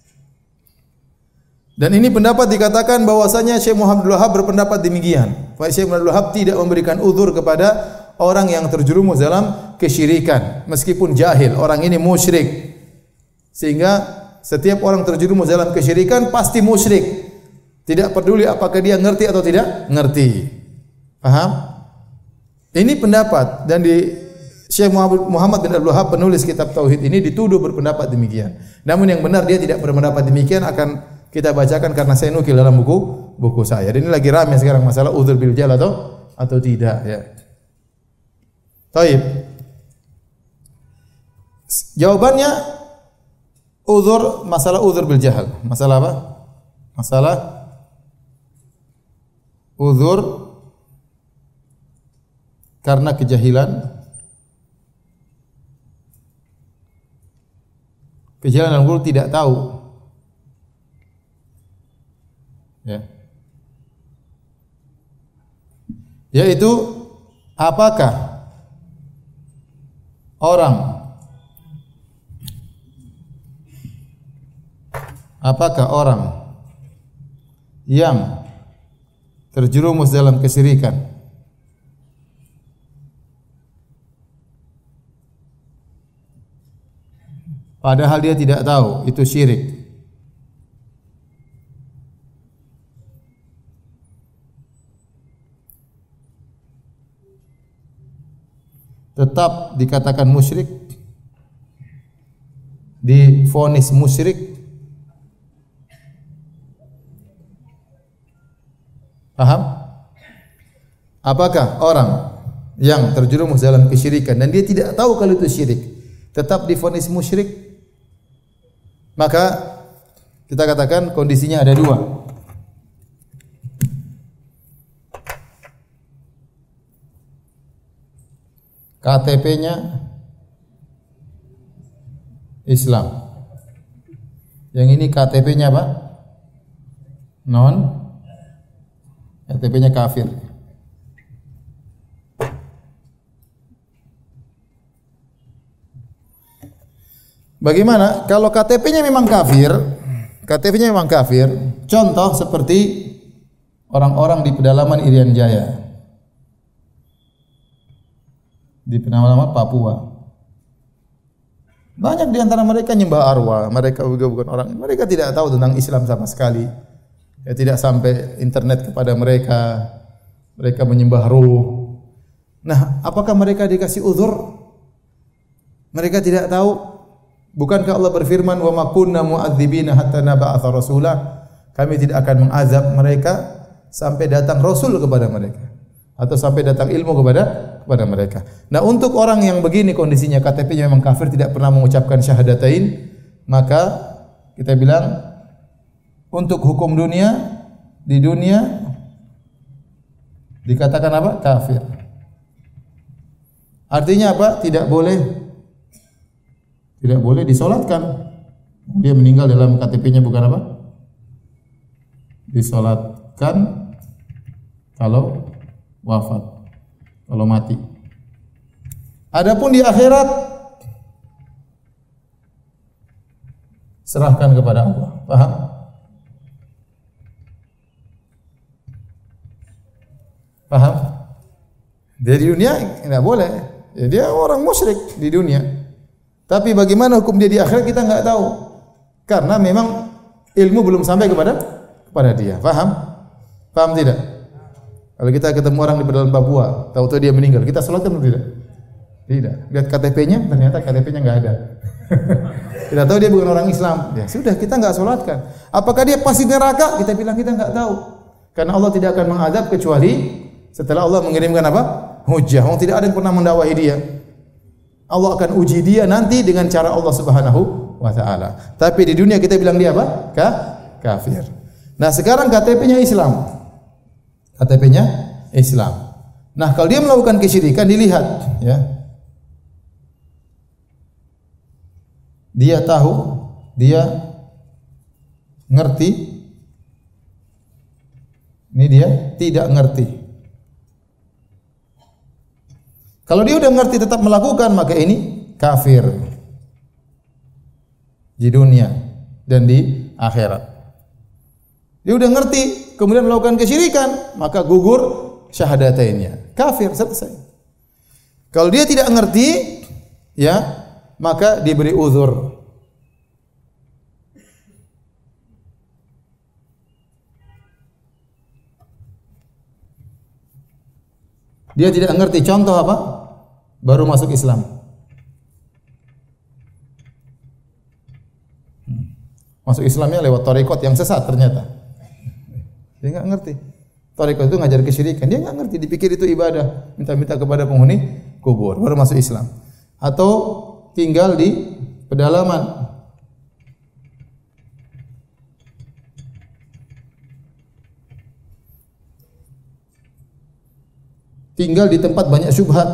Dan ini pendapat dikatakan bahwasanya Syekh Muhammad Abdul Wahhab berpendapat demikian. Bahwa Syekh Muhammad Abdul Wahhab tidak memberikan uzur kepada orang yang terjerumus dalam kesyirikan, meskipun jahil, orang ini musyrik. Sehingga setiap orang terjerumus dalam kesyirikan pasti musyrik. Tidak peduli apakah dia ngerti atau tidak ngerti. Paham? Ini pendapat, dan di Syekh Muhammad bin Abdul Wahhab penulis kitab tauhid ini dituduh berpendapat demikian. Namun yang benar dia tidak berpendapat demikian, akan kita bacakan karena saya nukil dalam buku buku saya. Dan ini lagi ramai sekarang masalah uzur bil jahl atau atau tidak ya. Baik. Jawabannya uzur, masalah uzur bil jahl. Masalah apa? Masalah uzur karena kejahilan, kejahilan dalam Quran tidak tahu, ya. Yaitu apakah orang, apakah orang yang terjerumus dalam kesyirikan padahal dia tidak tahu itu syirik, tetap dikatakan musyrik, divonis musyrik? Paham? Apakah orang yang terjerumus dalam kesyirikan dan dia tidak tahu kalau itu syirik tetap divonis musyrik? Maka kita katakan kondisinya ada dua. K T P-nya Islam. Yang ini K T P-nya apa? Non. K T P-nya kafir. Bagaimana kalau K T P-nya memang kafir? K T P-nya memang kafir. Contoh seperti orang-orang di pedalaman Irian Jaya, di pedalaman Papua. Banyak di antara mereka nyembah arwah. Mereka juga bukan orang. Mereka tidak tahu tentang Islam sama sekali. Ya, tidak sampai internet kepada mereka. Mereka menyembah ruh. Nah, apakah mereka dikasih uzur? Mereka tidak tahu. Bukankah Allah berfirman, "Wa ma kunna mu'adzibina hatta nab'atha rasula." Kami tidak akan mengazab mereka sampai datang rasul kepada mereka, atau sampai datang ilmu kepada kepada mereka. Nah, untuk orang yang begini kondisinya, K T P-nya memang kafir, tidak pernah mengucapkan syahadatain, maka kita bilang untuk hukum dunia, di dunia dikatakan apa? Kafir. Artinya apa? Tidak boleh Tidak boleh disolatkan. Dia meninggal dalam K T P-nya bukan apa? Disolatkan kalau wafat, kalau mati. Adapun di akhirat serahkan kepada Allah. Paham? Paham? Di dunia tidak boleh. Ya, dia orang musyrik di dunia. Tapi bagaimana hukum dia di akhirat kita enggak tahu. Karena memang ilmu belum sampai kepada kepada dia. Paham? Paham tidak? Kalau kita ketemu orang di pedalaman Papua, tahu-tahu dia meninggal, kita salatkan atau tidak? Tidak. Lihat K T P-nya, ternyata K T P-nya enggak ada. Kita tahu dia bukan orang Islam. Ya sudah, kita enggak salatkan. Apakah dia pasti neraka? Kita bilang kita enggak tahu. Karena Allah tidak akan mengadab kecuali setelah Allah mengirimkan apa? Hujjah. Orang tidak ada yang pernah mendakwahi dia. Allah akan uji dia nanti dengan cara Allah Subhanahu wa taala. Tapi di dunia kita bilang dia apa? Ka kafir. Nah, sekarang K T P-nya Islam. K T P-nya Islam. Nah, kalau dia melakukan kesyirikan dilihat, ya. Dia tahu, dia ngerti. Ini dia tidak ngerti. Kalau dia udah ngerti tetap melakukan, maka ini kafir di dunia dan di akhirat. Dia udah ngerti, kemudian melakukan kesyirikan, maka gugur syahadatainnya. Kafir, selesai. Kalau dia tidak ngerti, ya, maka diberi uzur. Dia tidak ngerti, contoh apa? Baru masuk Islam. Masuk Islamnya lewat tarekat yang sesat ternyata. Dia enggak ngerti. Tarekat itu ngajar kesyirikan, dia enggak ngerti, dipikir itu ibadah, minta-minta kepada penghuni kubur, baru masuk Islam. Atau tinggal di pedalaman. Tinggal di tempat banyak syubhat.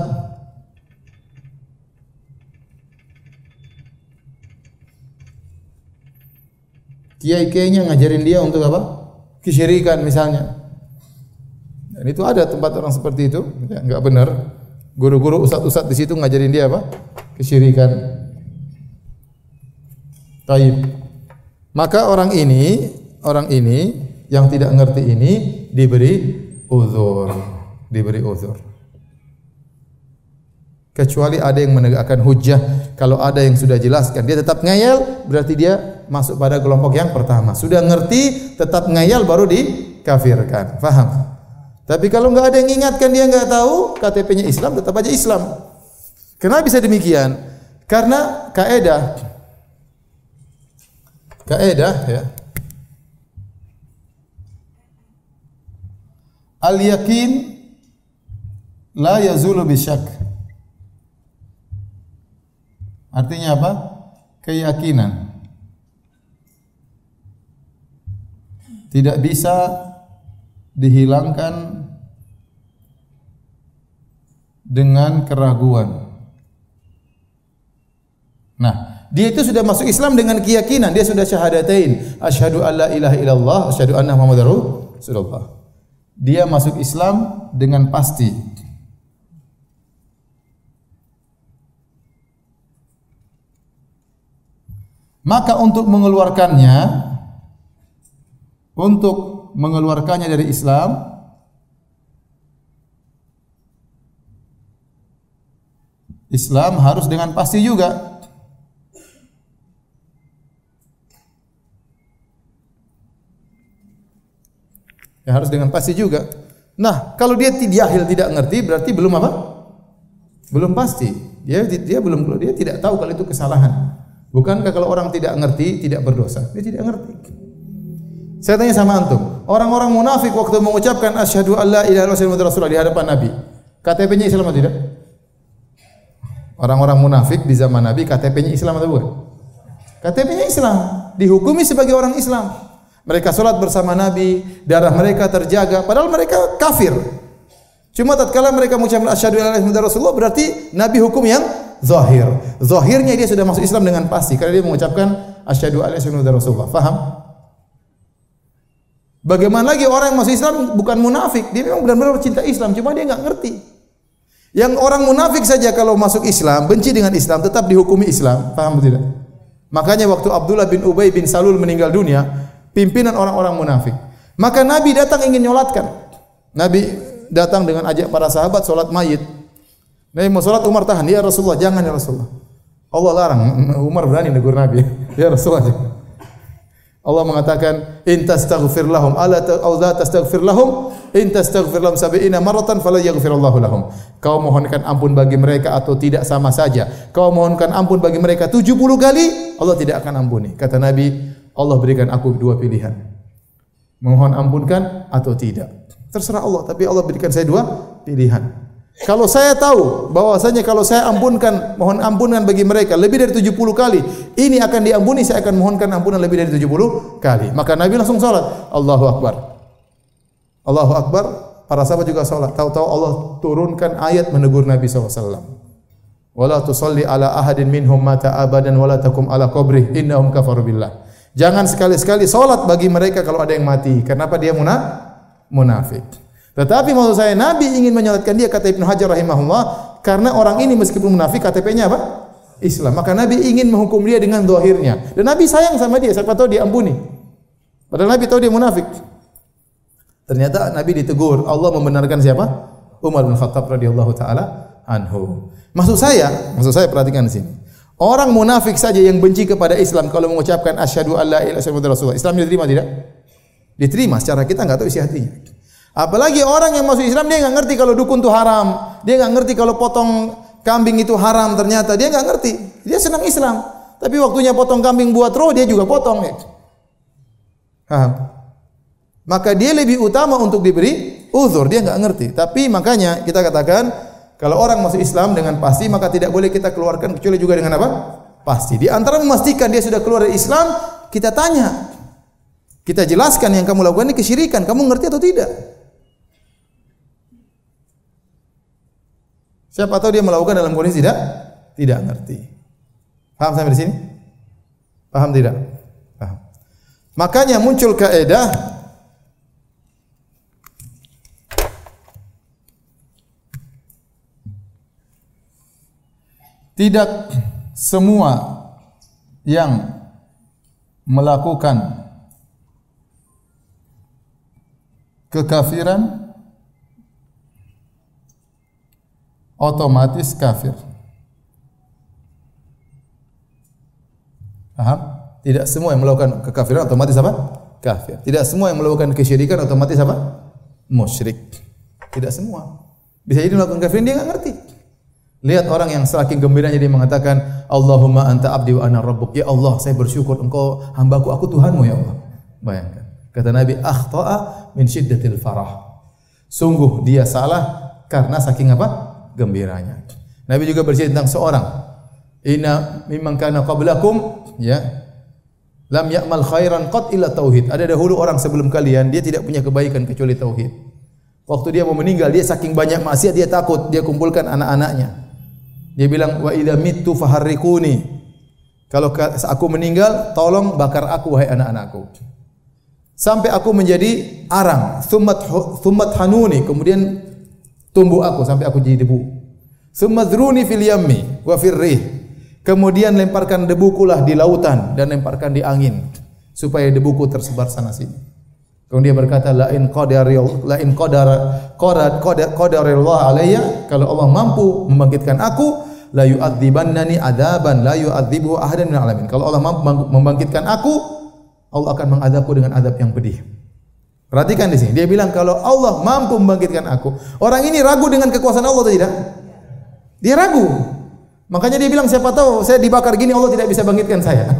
Kiai-kiainya ngajarin dia untuk apa? Kesyirikan misalnya. Dan itu ada tempat orang seperti itu, ya, enggak benar. Guru-guru, ustaz-ustaz di situ ngajarin dia apa? Kesyirikan. Taib. Maka orang ini, orang ini yang tidak ngerti ini diberi uzur. Diberi uzur. Kecuali ada yang menegakkan hujjah. Kalau ada yang sudah jelaskan, dia tetap ngeyel, berarti dia masuk pada kelompok yang pertama. Sudah ngerti, tetap ngeyel, baru dikafirkan. Faham? Tapi kalau enggak ada yang ingatkan, dia enggak tahu, K T P-nya Islam, tetap aja Islam. Kenapa bisa demikian? Karena kaidah kaidah ya. Al-yakin la yazulu bisyak. Artinya apa? Keyakinan tidak bisa dihilangkan dengan keraguan. Nah, dia itu sudah masuk Islam dengan keyakinan, dia sudah syahadatain, asyhadu alla ilaha illallah, asyhadu anna muhammadar rasulullah. Dia masuk Islam dengan pasti. Maka untuk mengeluarkannya, untuk mengeluarkannya dari Islam, Islam harus dengan pasti juga. Ya, harus dengan pasti juga. Nah, kalau dia jahil tidak ngerti, berarti belum apa? Belum pasti. Dia dia belum dia tidak tahu kalau itu kesalahan. Bukankah kalau orang tidak ngerti tidak berdosa? Dia tidak ngerti. Saya tanya sama antum, orang-orang munafik waktu mengucapkan asyhadu alla ilaha illallah wa rasulullah di hadapan Nabi, K T P-nya Islam atau tidak? Orang-orang munafik di zaman Nabi K T P-nya Islam atau bukan? K T P-nya Islam, dihukumi sebagai orang Islam. Mereka salat bersama Nabi, darah mereka terjaga, padahal mereka kafir. Cuma tatkala mereka mengucapkan asyhadu alla ilaha illallah Rasulullah, berarti Nabi hukum yang zahir. Zahirnya dia sudah masuk Islam dengan pasti karena dia mengucapkan asyhadu alla ilaha illallah Rasulullah. Faham? Bagaimana lagi orang yang masuk Islam bukan munafik, dia memang benar-benar cinta Islam, cuma dia enggak ngerti. Yang orang munafik saja kalau masuk Islam, benci dengan Islam, tetap dihukumi Islam. Paham tidak? Makanya waktu Abdullah bin Ubay bin Salul meninggal dunia, pimpinan orang-orang munafik. Maka Nabi datang ingin nyolatkan. Nabi datang dengan ajak para sahabat solat mayit. Nabi mau solat, Umar tahan. Ya Rasulullah, jangan ya Rasulullah. Allah larang. Umar berani negur Nabi. Ya Rasulullah. Allah mengatakan, in tastaghfir lahum ala au la tastaghfir lahum in tastaghfir lahum sab'ina marratan fala yaghfirullahu lahum. Kau mohonkan ampun bagi mereka atau tidak sama saja. Kau mohonkan ampun bagi mereka tujuh puluh kali, Allah tidak akan ampuni. Kata Nabi, Allah berikan aku dua pilihan. Mohon ampunkan atau tidak. Terserah Allah, tapi Allah berikan saya dua pilihan. Kalau saya tahu bahwasanya kalau saya ampunkan, mohon ampunan bagi mereka lebih dari tujuh puluh kali, ini akan diampuni, saya akan mohonkan ampunan lebih dari tujuh puluh kali. Maka Nabi langsung salat. Allahu Akbar. Allahu Akbar. Para sahabat juga salat. Tahu-tahu Allah turunkan ayat menegur Nabi sallallahu alaihi wasallam. Wala tusalli ala ahadin minhum mata abadan wala takum ala qabrih innahum kafaru billah. Jangan sekali-sekali salat bagi mereka kalau ada yang mati. Kenapa dia munafik? Tetapi maksud saya Nabi ingin menyolatkan dia, kata Ibnu Hajar rahimahullah, karena orang ini meskipun munafik K T P-nya apa? Islam. Maka Nabi ingin menghukum dia dengan zahirnya. Dan Nabi sayang sama dia, siapa tahu dia ampuni. Padahal Nabi tahu dia munafik. Ternyata Nabi ditegur. Allah membenarkan siapa? Umar bin Khattab radhiyallahu taala anhu. Maksud saya, maksud saya perhatikan di sini. Orang munafik saja yang benci kepada Islam kalau mengucapkan asyhadu alla ilaha illallah Rasulullah, Islam diterima tidak? Diterima, secara kita enggak tahu isi hatinya. Apalagi orang yang masuk Islam dia enggak ngerti kalau dukun itu haram, dia enggak ngerti kalau potong kambing itu haram, ternyata dia enggak ngerti. Dia senang Islam, tapi waktunya potong kambing buat roh dia juga potong. Paham? Maka dia lebih utama untuk diberi uzur, dia enggak ngerti. Tapi makanya kita katakan kalau orang masuk Islam dengan pasti maka tidak boleh kita keluarkan kecuali juga dengan apa? Pasti. Di antara memastikan dia sudah keluar dari Islam, kita tanya. Kita jelaskan yang kamu lakukan ini kesyirikan, kamu ngerti atau tidak? Siapa tahu dia melakukan dalam kondisi tidak tidak ngerti. Paham sampai di sini? Paham tidak? Paham. Makanya muncul kaidah tidak semua yang melakukan kekafiran otomatis kafir. Paham? Tidak semua yang melakukan kekafiran otomatis apa? Kafir. Tidak semua yang melakukan kesyirikan otomatis apa? Musyrik. Tidak semua. Bisa jadi melakukan kafirin dia enggak ngerti. Lihat orang yang saking gembiranya dia mengatakan, Allahumma anta abdi wa ana rabbuk. Ya Allah, saya bersyukur engkau hambaku, aku Tuhanmu ya Allah. Bayangkan. Kata Nabi, akhta'a min syiddatil farah. Sungguh dia salah karena saking apa? Gembiranya. Nabi juga bercerita tentang seorang, inna mimman kana qablakum, ya, lam ya'mal khairan qat illa tauhid. Ada dahulu orang sebelum kalian dia tidak punya kebaikan kecuali tauhid. Waktu dia mau meninggal, dia saking banyak maksiat dia takut, dia kumpulkan anak-anaknya. Dia bilang, wa idza mittu faharriquni. Kalau aku meninggal, tolong bakar aku wahai anak-anakku. Sampai aku menjadi arang, thummat thummat hanuni, kemudian tumbuh aku sampai aku jadi debu. Sumadruni fil yammi wa fir rih. Kemudian lemparkan debukulah di lautan dan lemparkan di angin supaya debuku tersebar sana sini. Kemudian dia berkata, la in qadara la in qadara qadar qadarallahu alayya, kalau Allah mampu membangkitkan aku, la yu'adzibannani adaban la yu'adzibuhu ahadan minal alamin. Kalau Allah mampu membangkitkan aku, Allah akan mengadabku dengan adab yang pedih. Perhatikan di sini. Dia bilang kalau Allah mampu membangkitkan aku. Orang ini ragu dengan kekuasaan Allah atau tidak? Dia ragu. Makanya dia bilang, siapa tahu saya dibakar gini Allah tidak bisa bangkitkan saya.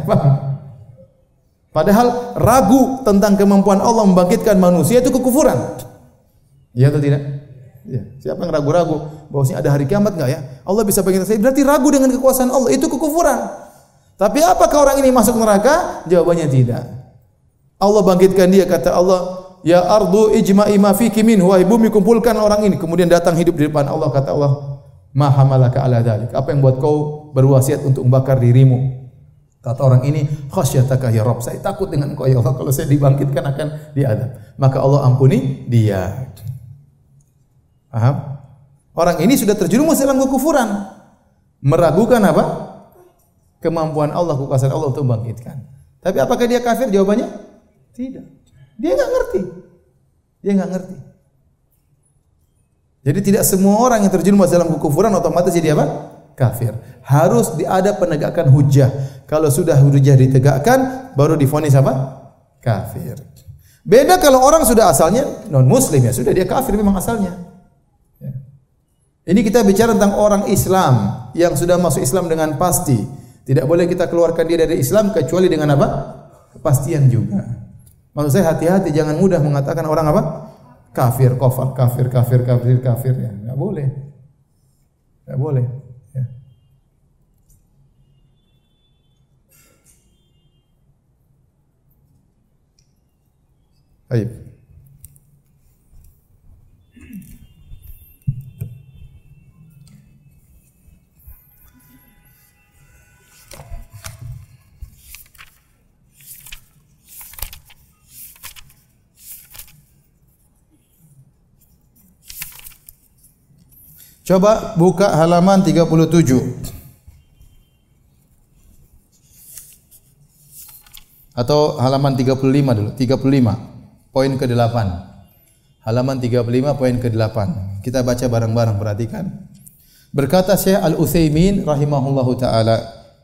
Padahal ragu tentang kemampuan Allah membangkitkan manusia itu kekufuran. Iya atau tidak? Ya. Siapa yang ragu-ragu bahwasanya ada hari kiamat enggak ya? Allah bisa bangkitkan saya. Berarti ragu dengan kekuasaan Allah, itu kekufuran. Tapi apakah orang ini masuk neraka? Jawabannya tidak. Allah bangkitkan dia, kata Allah, ya ardu ijma'i ma fiki min, wahai bumi kumpulkan orang ini. Kemudian datang hidup di depan Allah, kata Allah, ma hamalaka ala dzalik. Apa yang buat kau berwasiat untuk membakar dirimu? Kata orang ini, khasyataka ya Rabb, saya takut dengan Engkau ya Allah, kalau saya dibangkitkan akan diadab. Maka Allah ampuni dia. Paham? Orang ini sudah terjerumus dalam kekufuran. Meragukan apa? Kemampuan Allah, kekuasaan Allah untuk membangkitkan. Tapi apakah dia kafir? Jawabannya tidak. Dia enggak ngerti. Dia enggak ngerti. Jadi tidak semua orang yang terjerumus dalam kekufuran otomatis jadi apa? Kafir. Harus ada penegakan hujjah. Kalau sudah hujjah ditegakkan, baru divonis apa? Kafir. Beda kalau orang sudah asalnya non muslim, ya sudah dia kafir memang asalnya. Ya. Ini kita bicara tentang orang Islam yang sudah masuk Islam dengan pasti. Tidak boleh kita keluarkan dia dari Islam kecuali dengan apa? Kepastian juga. Maksud saya hati-hati, jangan mudah mengatakan orang apa? Kafir, kafir, kafir, kafir, kafir, kafir. Ya, enggak boleh. Enggak boleh. Ya. Baik. Coba buka halaman tiga puluh tujuh. Atau halaman tiga puluh lima dulu, tiga puluh lima poin ke delapan. Halaman tiga puluh lima poin ke delapan. Kita baca bareng-bareng, perhatikan. Berkata Syekh Al-Utsaimin rahimahullahu taala,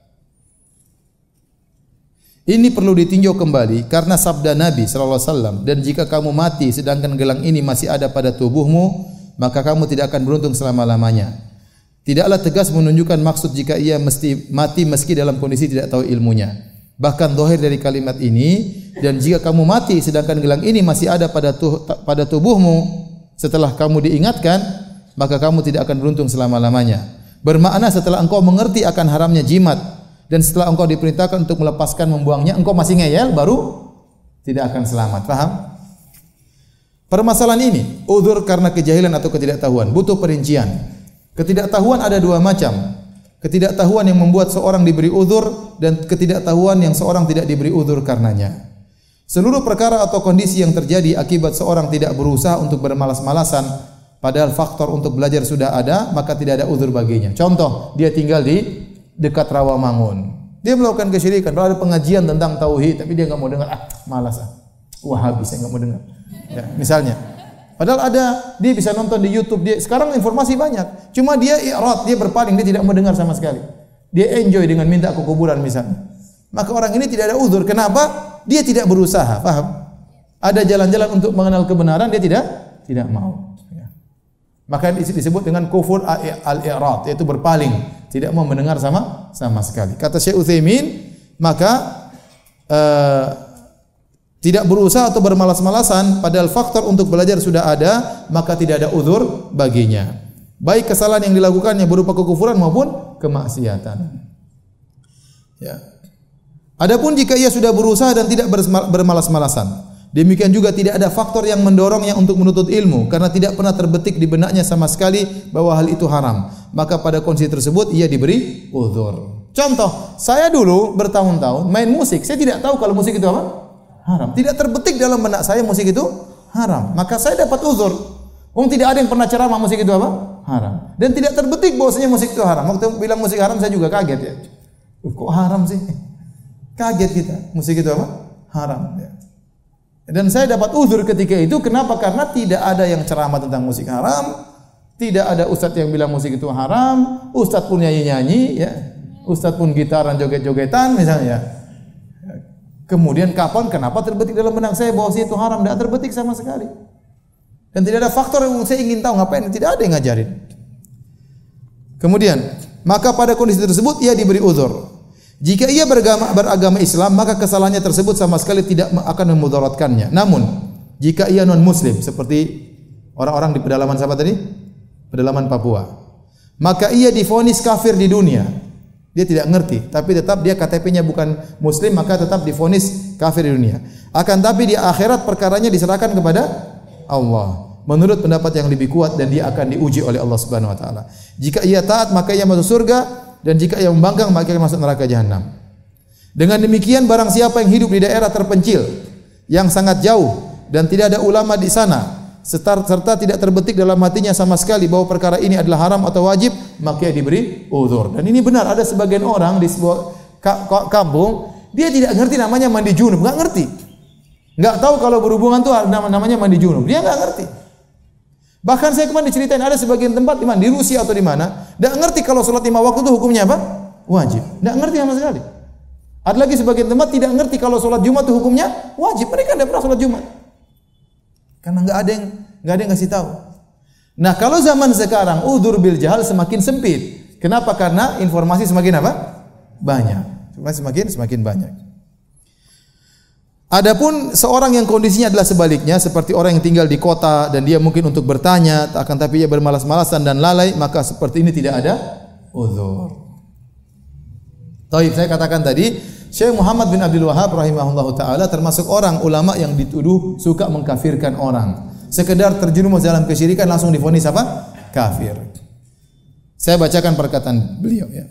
ini perlu ditinjau kembali karena sabda Nabi sallallahu alaihi wasallam, dan jika kamu mati sedangkan gelang ini masih ada pada tubuhmu, maka kamu tidak akan beruntung selama-lamanya. Tidaklah tegas menunjukkan maksud jika ia mesti mati meski dalam kondisi tidak tahu ilmunya. Bahkan zahir dari kalimat ini, dan jika kamu mati sedangkan gelang ini masih ada pada tu, pada tubuhmu setelah kamu diingatkan, maka kamu tidak akan beruntung selama-lamanya. Bermakna setelah engkau mengerti akan haramnya jimat dan setelah engkau diperintahkan untuk melepaskan membuangnya, engkau masih ngeyel, baru tidak akan selamat. Paham? Permasalahan ini, uzur karena kejahilan atau ketidaktahuan, butuh perincian. Ketidaktahuan ada dua macam. Ketidaktahuan yang membuat seorang diberi uzur dan ketidaktahuan yang seorang tidak diberi uzur karenanya. Seluruh perkara atau kondisi yang terjadi akibat seorang tidak berusaha untuk bermalas-malasan, padahal faktor untuk belajar sudah ada, maka tidak ada uzur baginya. Contoh, dia tinggal di dekat Rawamangun. Dia melakukan kesyirikan, kalau ada pengajian tentang tauhid, tapi dia enggak mau dengar, ah, malas ah. Wahabi, saya enggak mau dengar. Ya, misalnya. Padahal ada, dia bisa nonton di YouTube, dia sekarang informasi banyak. Cuma dia i'rad, dia berpaling, dia tidak mau dengar sama sekali. Dia enjoy dengan minta ke kuburan misalnya. Maka orang ini tidak ada uzur. Kenapa? Dia tidak berusaha, paham? Ada jalan-jalan untuk mengenal kebenaran, dia tidak tidak mau. Ya. Maka disebut dengan kufur al-i'rad, yaitu berpaling, tidak mau mendengar sama sama sekali. Kata Syekh Utsaimin, maka uh, tidak berusaha atau bermalas-malasan, padahal faktor untuk belajar sudah ada, maka tidak ada uzur baginya. Baik kesalahan yang dilakukannya berupa kekufuran maupun kemaksiatan. Ya. Adapun jika ia sudah berusaha dan tidak bermalas-malasan, demikian juga tidak ada faktor yang mendorongnya untuk menuntut ilmu karena tidak pernah terbetik di benaknya sama sekali bahwa hal itu haram, maka pada kondisi tersebut ia diberi uzur. Contoh, saya dulu bertahun-tahun main musik, saya tidak tahu kalau musik itu apa? Haram. Tidak terbetik dalam benak saya musik itu haram, maka saya dapat uzur. Wong tidak ada yang pernah ceramah musik itu apa? Haram. Dan tidak terbetik bahwasanya musik itu haram. Waktu bilang musik haram saya juga kaget ya. Uh, kok haram sih? Kaget kita. Musik itu apa? Haram. Ya. Dan saya dapat uzur ketika itu. Kenapa? Karena tidak ada yang ceramah tentang musik haram. Tidak ada ustadz yang bilang musik itu haram. Ustadz pun nyanyi-nyanyi, ya. Ustadz pun gitaran, joget-jogetan misalnya. Kemudian kapan, kenapa terbetik dalam benak saya bahwa itu haram? Tidak terbetik sama sekali. Dan tidak ada faktor yang saya ingin tahu ngapain. Tidak ada yang ngajarin. Kemudian, maka pada kondisi tersebut ia diberi uzur. Jika ia beragama, beragama Islam, maka kesalahannya tersebut sama sekali tidak akan memudaratkannya. Namun, jika ia non-muslim, seperti orang-orang di pedalaman siapa tadi? Pedalaman Papua. Maka ia divonis kafir di dunia. Dia tidak ngerti, tapi tetap dia K T P-nya bukan muslim, maka tetap divonis kafir di dunia. Akan tapi di akhirat perkaranya diserahkan kepada Allah. Menurut pendapat yang lebih kuat, dan dia akan diuji oleh Allah Subhanahu wa taala. Jika ia taat, maka ia masuk surga, dan jika ia membangkang, maka ia masuk neraka jahanam. Dengan demikian, barang siapa yang hidup di daerah terpencil yang sangat jauh dan tidak ada ulama di sana, serta tidak terbetik dalam hatinya sama sekali bahwa perkara ini adalah haram atau wajib, maka ia diberi uzur. Dan ini benar, ada sebagian orang di sebuah kampung, dia tidak ngerti namanya mandi junub, enggak ngerti. Enggak tahu kalau berhubungan itu namanya mandi junub. Dia enggak ngerti. Bahkan saya kemarin diceritain ada sebagian tempat di mana, di Rusia atau di mana, enggak ngerti kalau salat lima waktu itu hukumnya apa? Wajib. Enggak ngerti sama sekali. Ada lagi sebagian tempat tidak ngerti kalau salat Jumat itu hukumnya wajib. Mereka tidak pernah salat Jumat. Karena enggak ada yang enggak ada yang ngasih tahu. Nah, kalau zaman sekarang udzur bil jahal semakin sempit. Kenapa? Karena informasi semakin apa? Banyak. Informasi semakin semakin banyak. Adapun seorang yang kondisinya adalah sebaliknya, seperti orang yang tinggal di kota dan dia mungkin untuk bertanya, akan tapi ia bermalas-malasan dan lalai, maka seperti ini tidak ada udzur. Taib, saya katakan tadi, Syekh Muhammad bin Abdul Wahhab rahimahullahu taala termasuk orang ulama yang dituduh suka mengkafirkan orang. Sekedar terjerumus dalam kesyirikan langsung divonis apa? Kafir. Saya bacakan perkataan beliau ya.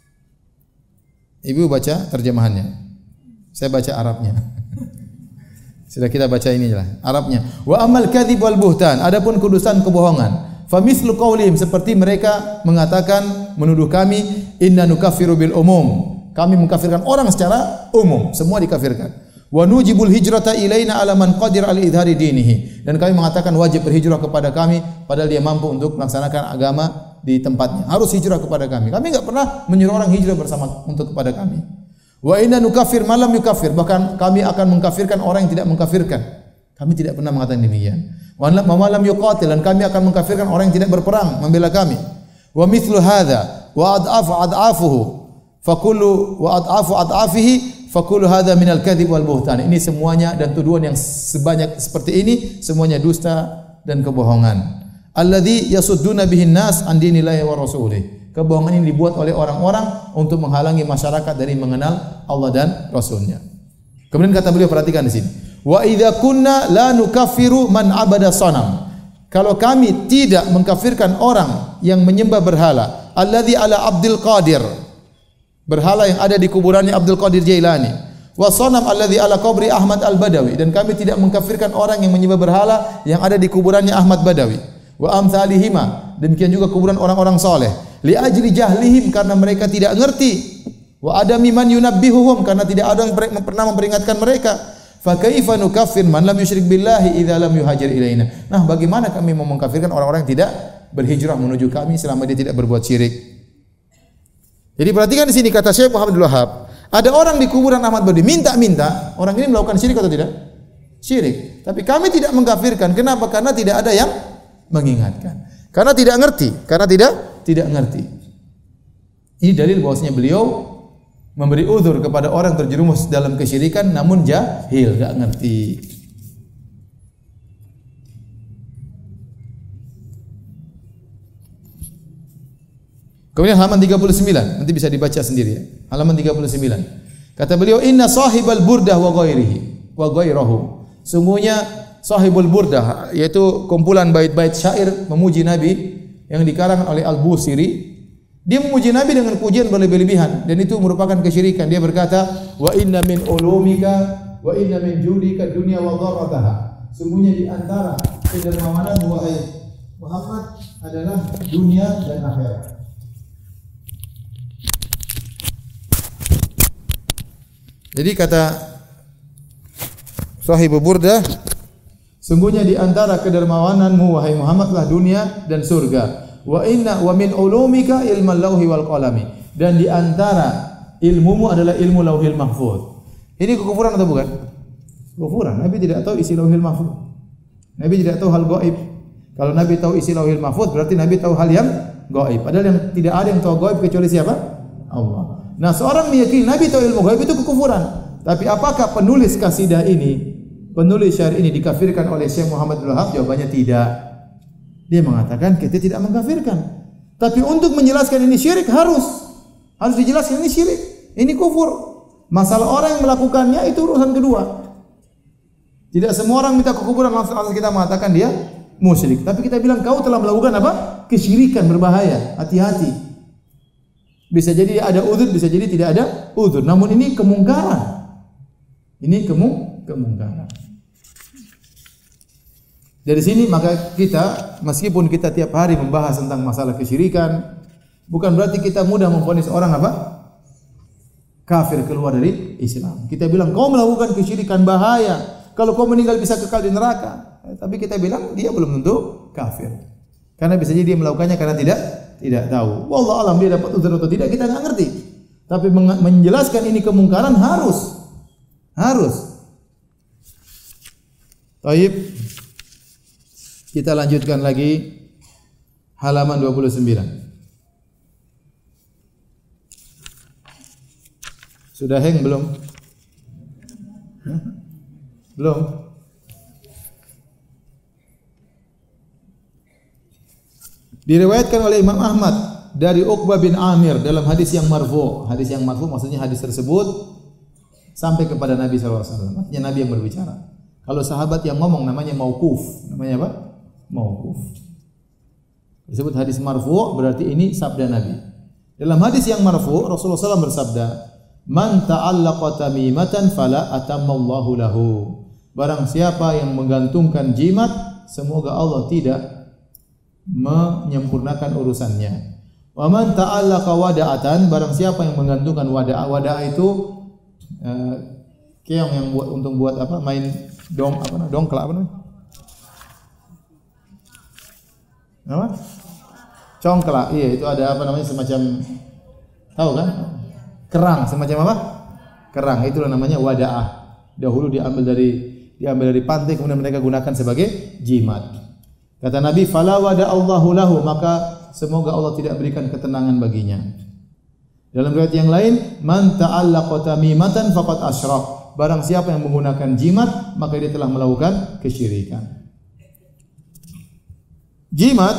Ibu baca terjemahannya. Saya baca Arabnya. Sudah kita baca ini lah Arabnya. Wa amal kadzib wal buhtan, adapun kudusan kebohongan. Fa mislu qaulihim, seperti mereka mengatakan menuduh kami inna nukaffiru bil umum. Kami mengkafirkan orang secara umum, semua dikafirkan. Wa nujibul hijrata ilaina ala man qadir al idhari dinihi. Dan kami mengatakan wajib berhijrah kepada kami padahal dia mampu untuk melaksanakan agama di tempatnya. Harus hijrah kepada kami. Kami enggak pernah menyuruh orang hijrah bersama untuk kepada kami. Wa inna nukaffir ma lam yukaffir, bahkan kami akan mengkafirkan orang yang tidak mengkafirkan. Kami tidak pernah mengatakan demikian. Wa ma lam yuqatil, dan kami akan mengkafirkan orang yang tidak berperang membela kami. Wa mithlu hadza wa ad'afu ad'afuhu fakullu wa ad'afu ad'afihi fakullu hadza minal kadzib wal buhtan. Ini semuanya dan tuduhan yang sebanyak seperti ini semuanya dusta dan kebohongan. Alladzi yasudduna bihin nas an dinillahi wa rasulih. Kebohongan ini dibuat oleh orang-orang untuk menghalangi masyarakat dari mengenal Allah dan Rasulnya. Kemudian kata beliau, perhatikan di sini. Wa idza kunna la nukaffiru man abada sanam. Kalau kami tidak mengkafirkan orang yang menyembah berhala, alladzi ala Abdul Qadir, berhala yang ada di kuburannya Abdul Qadir Jailani, wa sanam alladzi ala qabri Ahmad Al-Badawi, dan kami tidak mengkafirkan orang yang menyembah berhala yang ada di kuburannya Ahmad Badawi, wa amsalihima, demikian juga kuburan orang-orang saleh. Li ajli jahlihim, karena mereka tidak ngerti. Wa adami man yunabbihuhum, karena tidak ada yang pernah memperingatkan mereka. Fa kaifa nukaffir man lam yusyrik billahi idza lam yuhajir ilaina. Nah, bagaimana kami mau mengkafirkan orang-orang yang tidak berhijrah menuju kami selama dia tidak berbuat syirik? Jadi perhatikan di sini kata Syekh Muhammad bin Wahhab, ada orang di kuburan Ahmad Badawi minta-minta, orang ini melakukan syirik atau tidak? Syirik. Tapi kami tidak mengkafirkan. Kenapa? Karena tidak ada yang mengingatkan. Karena tidak ngerti, karena tidak tidak ngerti. Ini dalil bahwasanya beliau memberi uzur kepada orang terjerumus dalam kesyirikan namun jahil, enggak ngerti. Kemudian halaman tiga puluh sembilan, nanti bisa dibaca sendiri ya. Halaman tiga puluh sembilan. Kata beliau, inna sahibal burdah wa ghairihi wa ghairahu. Sungguhnya sahibul burdah, yaitu kumpulan bait-bait syair memuji Nabi yang dikarang oleh Al-Busiri. Dia memuji Nabi dengan pujian berlebih-lebihan dan itu merupakan kesyirikan. Dia berkata, wa inna min ulumika wa inna min judika dunya wa dharrataha. Sungguhnya di antara kedermawanan wahai Muhammad adalah dunia dan akhirat. Jadi kata Sahibul Burdah, sungguhnya di antara kedermawananmu wahai Muhammadlah dunia dan surga. Wa inna wa min ulumika ilmal lauhi wal qalami. Dan di antara ilmumu adalah ilmu Lauhil Mahfuz. Ini kekufuran atau bukan? Kekufuran. Nabi tidak tahu isi Lauhil Mahfuz. Nabi tidak tahu hal gaib. Kalau Nabi tahu isi Lauhil Mahfuz berarti Nabi tahu hal yang gaib. Padahal yang tidak ada yang tahu gaib kecuali siapa? Allah. Nah, seorang meyakini Nabi tahu ilmu gaib itu kekufuran. Tapi apakah penulis kasidah ini, penulis syair ini dikafirkan oleh Syekh Muhammad bin Wahhab? Jawabannya tidak. Dia mengatakan kita tidak mengkafirkan. Tapi untuk menjelaskan ini syirik harus harus dijelaskan ini syirik, ini kufur. Masalah orang yang melakukannya itu urusan kedua. Tidak semua orang minta kekufuran langsung kita mengatakan dia musyrik. Tapi kita bilang kau telah melakukan apa? Kesyirikan berbahaya. Hati-hati. Bisa jadi ada uzur, bisa jadi tidak ada uzur. Namun ini kemungkaran. Ini kemu kemungkaran. Dari sini maka kita, meskipun kita tiap hari membahas tentang masalah kesyirikan, bukan berarti kita mudah memvonis orang apa? Kafir, keluar dari Islam. Kita bilang kau melakukan kesyirikan bahaya. Kalau kau meninggal bisa kekal di neraka. Tapi kita bilang dia belum tentu kafir. Karena bisa jadi dia melakukannya karena tidak tidak tahu. Wallahu alam dia dapat uzur atau tidak kita enggak ngerti. Tapi menjelaskan ini kemungkaran harus. Harus. Baik. Kita lanjutkan lagi halaman dua puluh sembilan. Sudah hang belum? Hah? Belum? Diriwayatkan oleh Imam Ahmad dari Uqbah bin Amir dalam hadis yang marfu'. Hadis yang marfu' maksudnya hadis tersebut sampai kepada Nabi sallallahu alaihi wasallam. Artinya Nabi yang berbicara. Kalau sahabat yang ngomong namanya mauquf. Namanya apa? Mauquf. Disebut hadis marfu' berarti ini sabda Nabi. Dalam hadis yang marfu' Rasulullah sallallahu alaihi wasallam bersabda, "Man ta'allaqa tamimatan fala atammallahu lahu." Barang siapa yang menggantungkan jimat, semoga Allah tidak menyempurnakan urusannya. Wa man ta'allaqa wada'atan, barang siapa yang menggantungkan wada'a, wada'a itu uh, keong yang buat untuk buat apa? Main dong apa namanya? Dongklak apa namanya? Apa? Congklak. Iya, itu ada apa namanya semacam tahu kan? Kerang, semacam apa? Kerang. Itulah namanya wada'ah. Dahulu diambil dari diambil dari pantai kemudian mereka gunakan sebagai jimat. Kata Nabi, "Fala wada'allahu lahu," maka semoga Allah tidak berikan ketenangan baginya. Dalam riwayat yang lain, "Man ta'allaqa tamimatan faqad asyrak." Barang siapa yang menggunakan jimat, maka dia telah melakukan kesyirikan. Jimat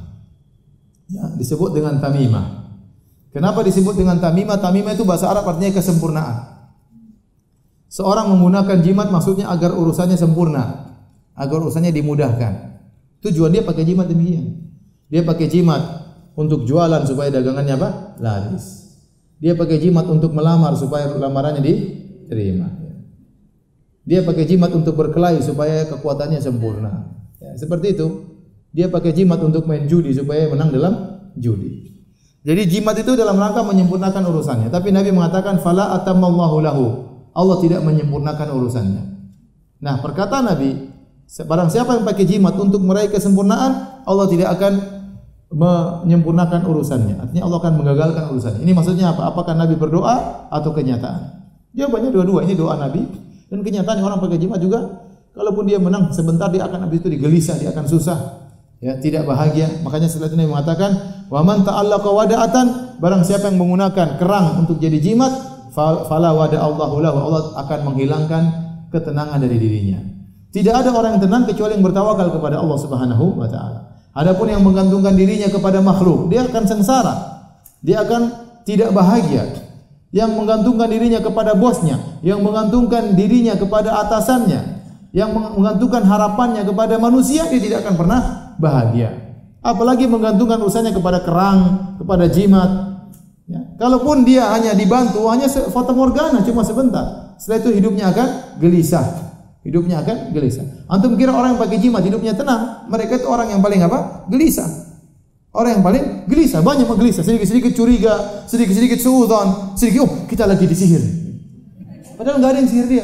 ya, disebut dengan tamimah. Kenapa disebut dengan tamimah? Tamimah itu bahasa Arab artinya kesempurnaan. Seorang menggunakan jimat maksudnya agar urusannya sempurna, agar urusannya dimudahkan. Tujuan dia pakai jimat demikian. Dia pakai jimat untuk jualan supaya dagangannya apa? Laris. Dia pakai jimat untuk melamar supaya lamarannya diterima. Dia pakai jimat untuk berkelahi supaya kekuatannya sempurna. Ya, seperti itu. Dia pakai jimat untuk main judi supaya menang dalam judi. Jadi jimat itu dalam rangka menyempurnakan urusannya. Tapi Nabi mengatakan fala atammallahu lahu. Allah tidak menyempurnakan urusannya. Nah, perkataan Nabi, barang siapa yang pakai jimat untuk meraih kesempurnaan, Allah tidak akan menyempurnakan urusannya. Artinya Allah akan menggagalkan urusannya. Ini maksudnya apa? Apakah Nabi berdoa atau kenyataan? Jawabannya dua-dua. Ini doa Nabi dan kenyataan orang pakai jimat juga. Kalaupun dia menang sebentar, dia akan habis itu digelisah, dia akan susah. Ya, tidak bahagia. Makanya setelah itu Nabi mengatakan, "Wa man ta'allaqa wada'atan," barang siapa yang menggunakan kerang untuk jadi jimat, fala wada'allahu lahu, Allah akan menghilangkan ketenangan dari dirinya. Tidak ada orang yang tenang kecuali yang bertawakal kepada Allah Subhanahu wa taala. Adapun yang menggantungkan dirinya kepada makhluk, dia akan sengsara. Dia akan tidak bahagia. Yang menggantungkan dirinya kepada bosnya, yang menggantungkan dirinya kepada atasannya, yang menggantungkan harapannya kepada manusia, dia tidak akan pernah bahagia. Apalagi menggantungkan urusannya kepada kerang, kepada jimat. Ya. Kalaupun dia hanya dibantu, hanya fata morgana, cuma sebentar. Setelah itu hidupnya akan gelisah. Hidupnya akan gelisah. Antum kira orang yang pakai jimat hidupnya tenang? Mereka itu orang yang paling apa? Gelisah. Orang yang paling gelisah, banyak menggelisah, sedikit-sedikit curiga, sedikit-sedikit suudzon, sedikit oh kita lagi disihir. Padahal enggak ada yang sihir dia.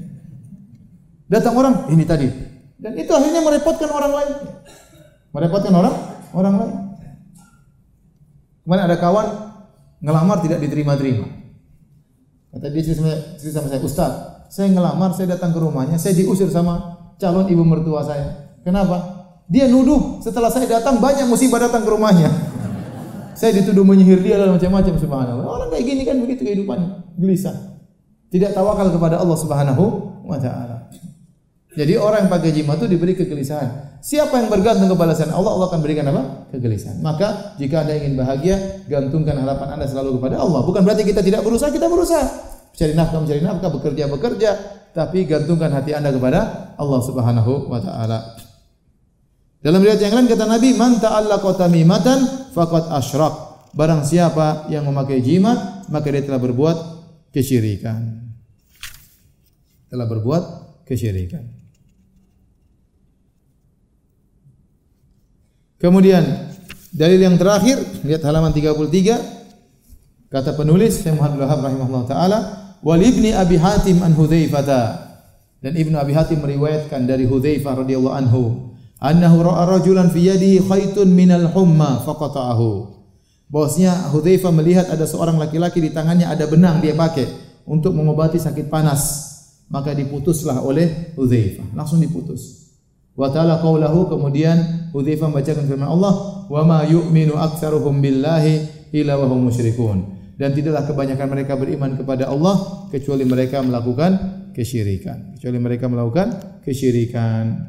Datang orang, ini tadi. Dan itu akhirnya merepotkan orang lain. Merepotkan orang orang lain. Kemarin ada kawan ngelamar tidak diterima-terima. Kata dia cerita sama saya, "Ustaz, saya ngelamar, saya datang ke rumahnya, saya diusir sama calon ibu mertua saya. Kenapa? Dia nuduh setelah saya datang banyak musibah datang ke rumahnya. Saya dituduh menyihir dia dan macam-macam, subhanallah." Orang kayak gini kan begitu kehidupannya, gelisah. Tidak tawakal kepada Allah Subhanahu wa taala. Jadi orang yang pakai jimat itu diberi kegelisahan. Siapa yang bergantung kepada selain Allah, Allah akan berikan apa? Kegelisahan. Maka jika Anda ingin bahagia, gantungkan harapan Anda selalu kepada Allah. Bukan berarti kita tidak berusaha, kita berusaha. Cari nafkah, mencari nafkah, bekerja, bekerja, tapi gantungkan hati Anda kepada Allah Subhanahu wa taala. Dalam riwayat yang lain kata Nabi, "Man ta'allaqa tamimatan faqad asyrak." Barang siapa yang memakai jimat, maka dia telah berbuat kesyirikan. Telah berbuat kesyirikan. Kemudian dalil yang terakhir, lihat halaman tiga puluh tiga. Kata penulis Syekh Muhammad Wahab rahimahullah taala, "Wal ibni Abi Hatim an Hudzaifah." Dan Ibnu Abi Hatim meriwayatkan dari Hudzaifah radhiyallahu anhu, annahu ra'a rajulan fi yadihi khaytun minal humma faqata'ahu. Bahwasanya Hudzaifah melihat ada seorang laki-laki di tangannya ada benang dia pakai untuk mengobati sakit panas. Maka diputuslah oleh Hudzaifah, langsung diputus. Wa ta'ala qaulahu, kemudian Hudzaifah membacakan firman Allah, "Wa ma yu'minu aktsaruhum billahi illa wa hum musyrikun." Dan tidaklah kebanyakan mereka beriman kepada Allah kecuali mereka melakukan kesyirikan. Kecuali mereka melakukan kesyirikan.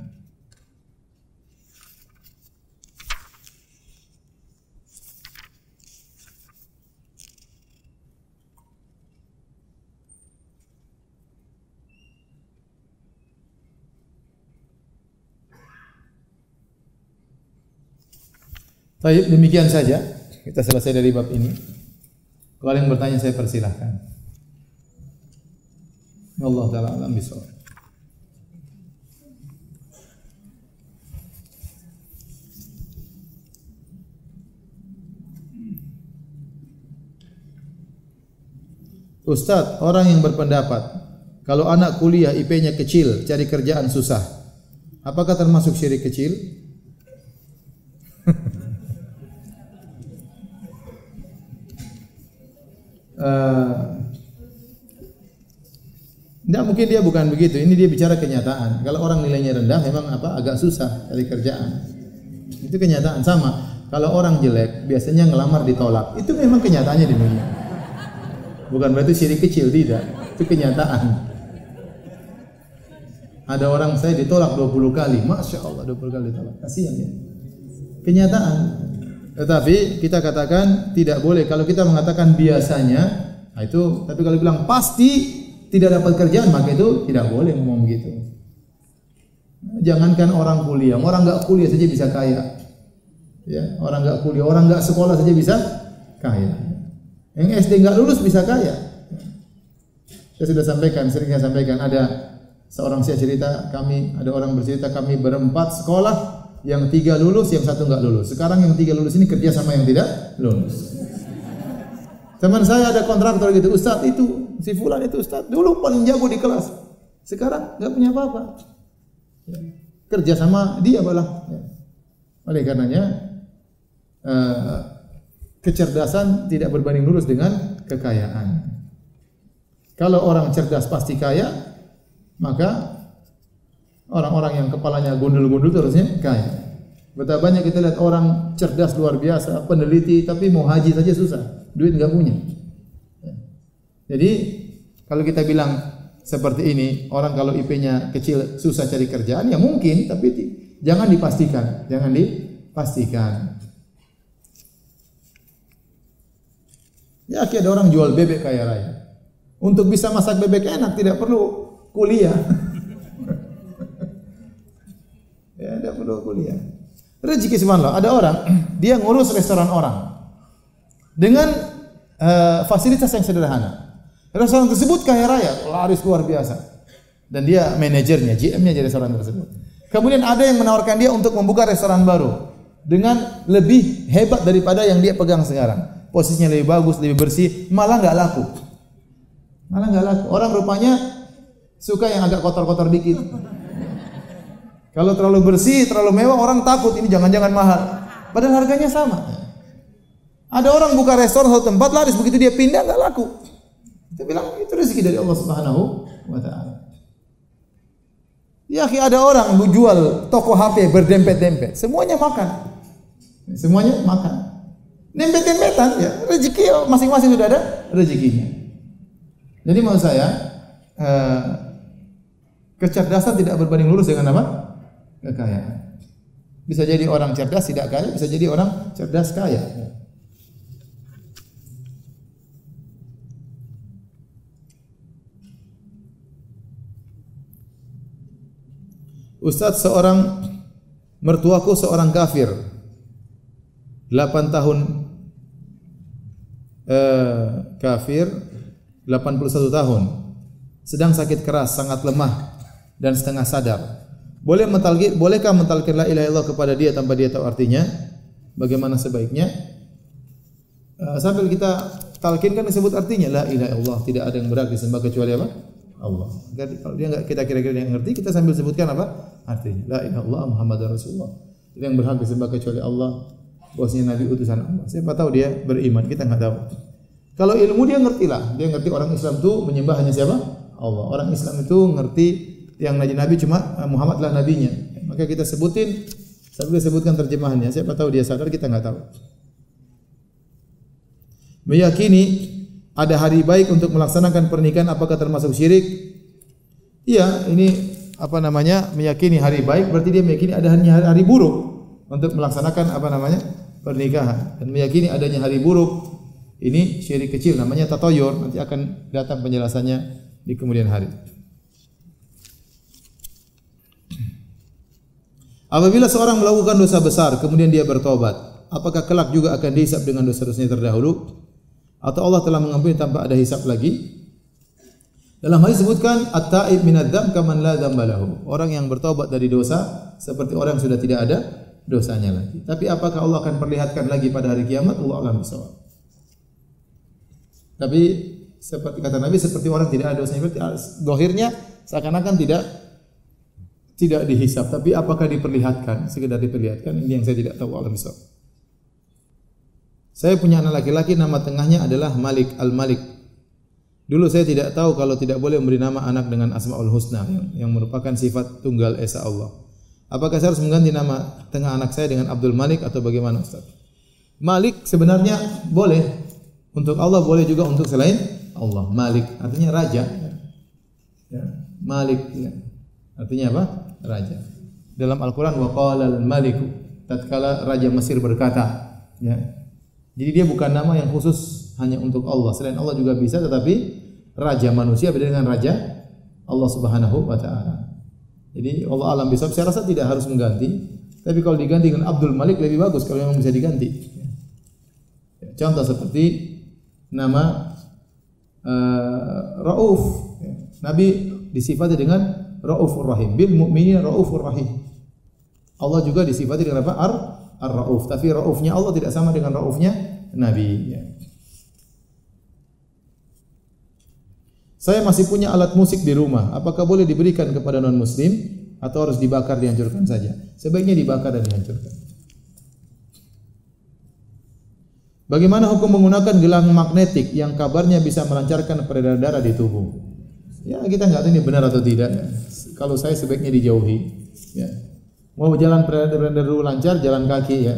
Baik, demikian saja. Kita selesai dari bab ini. Kalau ada yang bertanya saya persilahkan. Allah Ta'ala alam bisawab. Ustaz, orang yang berpendapat kalau anak kuliah I P-nya kecil, cari kerjaan susah, apakah termasuk syirik kecil? Uh, Tidak, mungkin dia bukan begitu. Ini dia bicara kenyataan. Kalau orang nilainya rendah, memang apa agak susah cari kerjaan. Itu kenyataan. Sama. Kalau orang jelek, biasanya ngelamar ditolak. Itu memang kenyataannya di dunia. Bukan berarti syirik kecil, tidak. Itu kenyataan. Ada orang saya ditolak dua puluh kali. Masya Allah, dua puluh kali ditolak. Kasihan ya. Kenyataan. Tetapi kita katakan tidak boleh kalau kita mengatakan biasanya, nah itu. Tapi kalau bilang pasti tidak dapat kerjaan, maka itu tidak boleh ngomong begitu. Jangankan orang kuliah, orang enggak kuliah saja bisa kaya. Ya, orang enggak kuliah, orang enggak sekolah saja bisa kaya. Yang S D enggak lulus bisa kaya. Saya sudah sampaikan, sering saya sampaikan, ada seorang saya cerita, kami ada orang bercerita kami berempat sekolah. Yang tiga lulus, yang satu enggak lulus. Sekarang yang tiga lulus ini kerja sama yang tidak lulus. Teman saya ada kontraktor gitu, Ustaz itu, si fulan itu Ustaz, dulu paling jago di kelas. Sekarang enggak punya apa-apa. Ya. Kerja sama dia malah. Ya. Oleh karenanya uh, kecerdasan tidak berbanding lurus dengan kekayaan. Kalau orang cerdas pasti kaya, maka orang-orang yang kepalanya gundul-gundul itu harusnya kaya. Betapa banyak kita lihat orang cerdas luar biasa, peneliti, tapi mau haji saja susah, duit enggak punya. Jadi kalau kita bilang seperti ini, orang kalau I P-nya kecil susah cari kerjaan, ya mungkin, tapi jangan dipastikan, jangan dipastikan. Ya, ada orang jual bebek kaya raya. Untuk bisa masak bebek enak tidak perlu kuliah. Ya, tidak perlu kuliah. Rezeki subhanallah. Ada orang dia ngurus restoran orang dengan uh, fasilitas yang sederhana. Restoran tersebut kaya raya, laris luar biasa. Dan dia manajernya, G M-nya di restoran tersebut. Kemudian ada yang menawarkan dia untuk membuka restoran baru dengan lebih hebat daripada yang dia pegang sekarang. Posisinya lebih bagus, lebih bersih, malah enggak laku. Malah enggak laku. Orang rupanya suka yang agak kotor-kotor dikit. Kalau terlalu bersih, terlalu mewah, orang takut ini jangan-jangan mahal. Padahal harganya sama. Ada orang buka restoran satu tempat laris, begitu dia pindah enggak laku. Kita bilang itu rezeki dari Allah Subhanahu wa taala. Ya, ada orang jual toko H P berdempet-dempet, semuanya makan. Semuanya makan. Dempet-dempetan ya, rezeki masing-masing sudah ada rezekinya. Jadi maksud saya, eh, kecerdasan tidak berbanding lurus dengan apa? Kekayaan. Bisa jadi orang cerdas tidak kaya, bisa jadi orang cerdas kaya. Ustaz, seorang mertuaku seorang kafir. delapan tahun eh, kafir, delapan puluh satu tahun. Sedang sakit keras, sangat lemah dan setengah sadar. Boleh mentalqin, bolehkah mentalqin la ilaha illallah kepada dia tanpa dia tahu artinya? Bagaimana sebaiknya? Uh, sambil kita talqin kan disebut artinya la ilaha illallah, tidak ada yang berhak disembah kecuali apa? Allah. Jadi kalau dia enggak kita kira-kira yang ngerti, kita sambil sebutkan apa? Artinya la ilaha illallah Muhammadar Rasulullah. Tidak yang berhak disembah kecuali Allah, bahwasanya nabi utusan Allah. Siapa tahu dia beriman, kita enggak tahu. Kalau ilmu dia ngertilah, dia ngerti orang Islam itu menyembah hanya siapa? Allah. Orang Islam itu ngerti yang nabi-nabi cuma Muhammad lah nabinya. Maka kita sebutin, sambil sebutkan terjemahannya. Siapa tahu dia sadar, kita enggak tahu. Meyakini ada hari baik untuk melaksanakan pernikahan, apakah termasuk syirik? Iya, ini apa namanya? Meyakini hari baik berarti dia meyakini ada hari, hari buruk untuk melaksanakan apa namanya? Pernikahan. Dan meyakini adanya hari buruk ini syirik kecil, namanya tatoyur. Nanti akan datang penjelasannya di kemudian hari. Apabila seorang melakukan dosa besar kemudian dia bertobat, apakah kelak juga akan dihisab dengan dosa-dosanya terdahulu? Atau Allah telah mengampuni tanpa ada hisab lagi? Dalam hal ini disebutkan at-ta'ib minadz dzamb kaman la dzamba lahu. Orang yang bertobat dari dosa seperti orang yang sudah tidak ada dosanya lagi. Tapi apakah Allah akan perlihatkan lagi pada hari kiamat? Allah a'lam bishawab. Tapi seperti kata Nabi, seperti orang tidak ada dosanya. Zahirnya seakan-akan tidak tidak dihisab, tapi apakah diperlihatkan? Sekedar diperlihatkan, ini yang saya tidak tahu. A'lam bishawab. Saya punya anak laki-laki, nama tengahnya adalah Malik, Al-Malik. Dulu saya tidak tahu kalau tidak boleh memberi nama anak dengan Asmaul Husna yang, yang merupakan sifat tunggal esa Allah. Apakah saya harus mengganti nama tengah anak saya dengan Abdul Malik atau bagaimana, Ustaz? Malik sebenarnya boleh untuk Allah, boleh juga untuk selain Allah. Malik artinya raja. Ya, Malik ya. Artinya apa? Raja. Dalam Al-Qur'an wa qala al-maliku, tatkala raja Mesir berkata, ya. Jadi dia bukan nama yang khusus hanya untuk Allah. Selain Allah juga bisa, tetapi raja manusia beda dengan raja Allah Subhanahu wa taala. Jadi Allah alam bisawab, saya rasa tidak harus mengganti, tapi kalau diganti dengan Abdul Malik lebih bagus kalau memang bisa diganti. Contoh seperti nama uh, Rauf. Nabi disifati dengan Raufur Rahim. Bil mu'minina Raufur Rahim. Allah juga disifati dengan apa? Ar Ar-Rauf. Tapi Raufnya Allah tidak sama dengan Raufnya Nabi. Ya. Saya masih punya alat musik di rumah. Apakah boleh diberikan kepada non-muslim atau harus dibakar, dihancurkan saja? Sebaiknya dibakar dan dihancurkan. Bagaimana hukum menggunakan gelang magnetik yang kabarnya bisa melancarkan peredaran darah di tubuh? Ya, kita nggak tahu ini benar atau tidak. Ya. Kalau saya sebaiknya dijauhi. Ya. Mau jalan peredaran darah lancar, jalan kaki ya.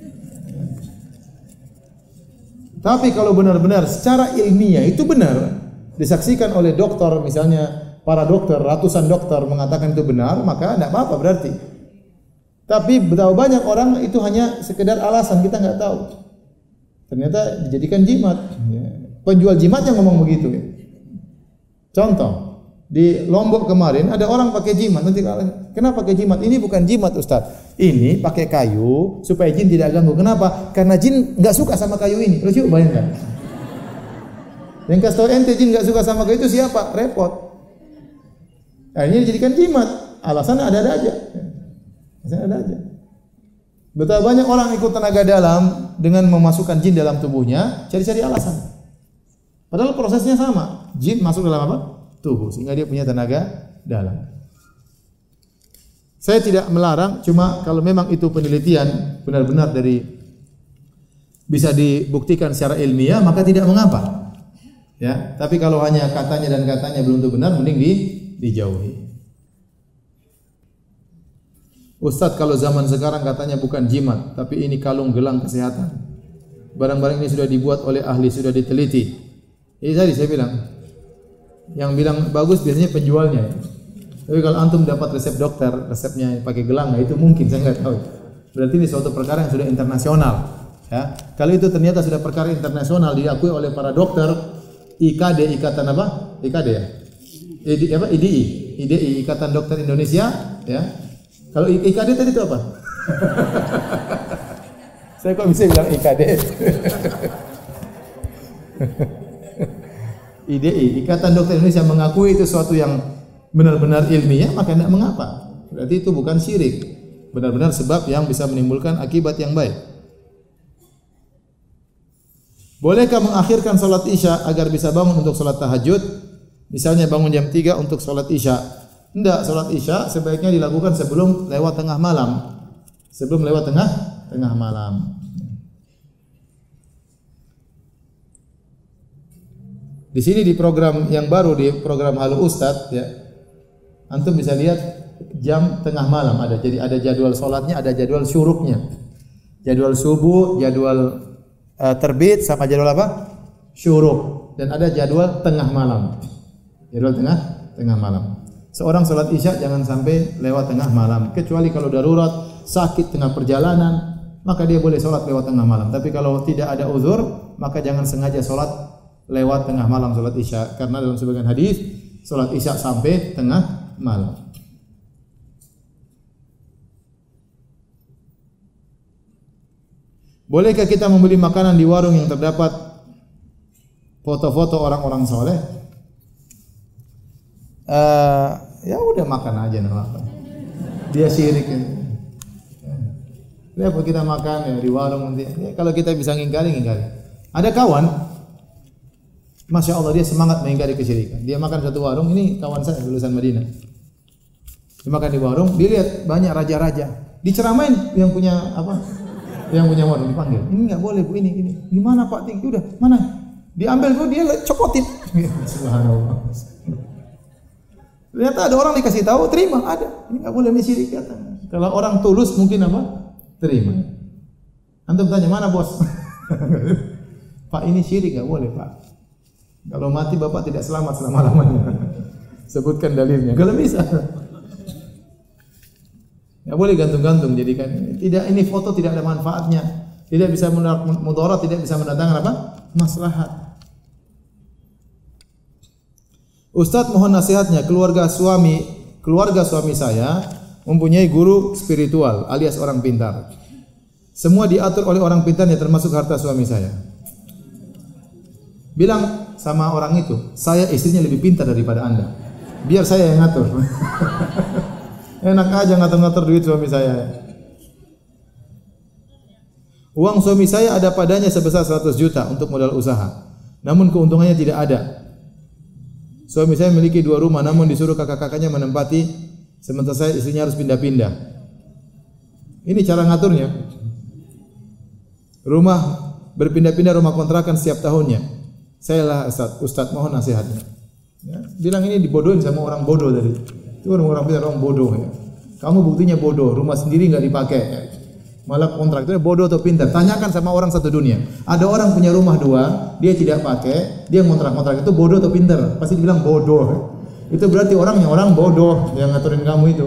Tapi kalau benar-benar secara ilmiah itu benar, disaksikan oleh dokter, misalnya para dokter, ratusan dokter mengatakan itu benar, maka tidak apa-apa berarti. Tapi betapa banyak orang itu hanya sekedar alasan, kita nggak tahu. Ternyata dijadikan jimat. Penjual jimat yang ngomong begitu. Contoh, di Lombok kemarin ada orang pakai jimat. Nanti kenapa pakai jimat? Ini bukan jimat, Ustaz. Ini pakai kayu supaya jin tidak ganggu. Kenapa? Karena jin nggak suka sama kayu ini. Lo coba bayangkan. Yang kasih tahu ente jin nggak suka sama kayu itu siapa? Repot. Akhirnya dijadikan jimat. Alasannya ada-ada aja. Alasannya ada aja. Betapa banyak orang ikut tenaga dalam dengan memasukkan jin dalam tubuhnya, cari-cari alasan. Padahal prosesnya sama. Jin masuk dalam apa? Tubuh, sehingga dia punya tenaga dalam. Saya tidak melarang, cuma kalau memang itu penelitian benar-benar dari bisa dibuktikan secara ilmiah, maka tidak mengapa. Ya, tapi kalau hanya katanya dan katanya belum tentu benar, mending di, dijauhi. Ustadz, kalau zaman sekarang katanya bukan jimat, tapi ini kalung gelang kesehatan. Barang-barang ini sudah dibuat oleh ahli, sudah diteliti. Ini tadi saya bilang, yang bilang bagus biasanya penjualnya. Tapi kalau antum dapat resep dokter, resepnya pakai gelang, nah itu mungkin, saya nggak tahu. Berarti ini suatu perkara yang sudah internasional. Ya, kalau itu ternyata sudah perkara internasional diakui oleh para dokter, I K D, Ikatan apa? I K D ya? I D I, apa? I D I, I D I, Ikatan Dokter Indonesia. Ya. Kalau I K D tadi itu apa? Saya kok bisa bilang I K D? I D I, Ikatan Dokter Indonesia mengakui itu suatu yang benar-benar ilmiah, maka tidak mengapa. Berarti itu bukan syirik. Benar-benar sebab yang bisa menimbulkan akibat yang baik. Bolehkah mengakhirkan salat Isya agar bisa bangun untuk salat tahajud? Misalnya bangun jam tiga untuk salat Isya. Tidak, salat Isya sebaiknya dilakukan sebelum lewat tengah malam. Sebelum lewat tengah tengah malam. Di sini di program yang baru, di program Halo Ustadz ya, antum bisa lihat jam tengah malam ada. Jadi ada jadwal sholatnya, ada jadwal syuruknya. Jadwal subuh, jadwal uh, terbit sama jadwal apa? Syuruk. Dan ada jadwal tengah malam. Jadwal tengah tengah malam. Seorang sholat isya jangan sampai lewat tengah malam, kecuali kalau darurat, sakit tengah perjalanan, maka dia boleh sholat lewat tengah malam. Tapi kalau tidak ada uzur, maka jangan sengaja sholat lewat tengah malam sholat isya. Karena dalam sebagian hadis sholat isya sampai tengah malam. Bolehkah kita membeli makanan di warung yang terdapat foto-foto orang-orang soleh? Uh, ya udah makan aja, nama apa? Dia syirik. Ya, apa kita makan ya di warung nanti. Ya, kalau kita bisa ngingkari, ngingkari. Ada kawan, masya Allah dia semangat mengingkari kesyirikan. Dia makan satu warung, ini kawan saya lulusan Madinah. Dia makan di warung, dilihat banyak raja-raja. Diceramain yang punya apa? Yang punya warung dipanggil. Ini enggak boleh Bu, ini ini. Gimana Pak Ting? Udah, mana? Diambil tuh dia copotin. Subhanallah. Ternyata ada orang dikasih tahu, terima, ada. Ini enggak boleh ini syirik katanya. Kalau orang tulus mungkin apa? Terima. Antum tanya, mana bos? Pak ini syirik enggak boleh, Pak. Kalau mati Bapak tidak selamat selama-lamanya. Sebutkan dalilnya. Kalau bisa. Enggak boleh gantung-gantung, jadikan tidak, ini foto tidak ada manfaatnya, tidak bisa mudarat, tidak bisa mendatangkan apa? Maslahat. Ustaz mohon nasihatnya, keluarga suami, keluarga suami saya mempunyai guru spiritual alias orang pintar. Semua diatur oleh orang pintarnya termasuk harta suami saya. Bilang sama orang itu, saya istrinya lebih pintar daripada Anda. Biar saya yang ngatur. Enak aja ngatur-ngatur duit suami saya. Uang suami saya ada padanya sebesar seratus juta untuk modal usaha. Namun keuntungannya tidak ada. Suami saya memiliki dua rumah, namun disuruh kakak-kakaknya menempati, sementara saya istrinya harus pindah-pindah. Ini cara ngaturnya. Rumah berpindah-pindah, rumah kontrakan setiap tahunnya. Saya lah Ustaz, Ustaz mohon nasihatnya. Ya, bilang ini dibodohin sama orang bodoh tadi. Itu orang-orang pintar, orang bodoh ya. Kamu buktinya bodoh, rumah sendiri enggak dipakai. Ya. Malah kontrak itu bodoh atau pintar. Tanyakan sama orang satu dunia. Ada orang punya rumah dua, dia tidak pakai, dia ngontrak-ngontrak, itu bodoh atau pintar? Pasti dibilang bodoh. Itu berarti orangnya orang bodoh yang ngaturin kamu itu.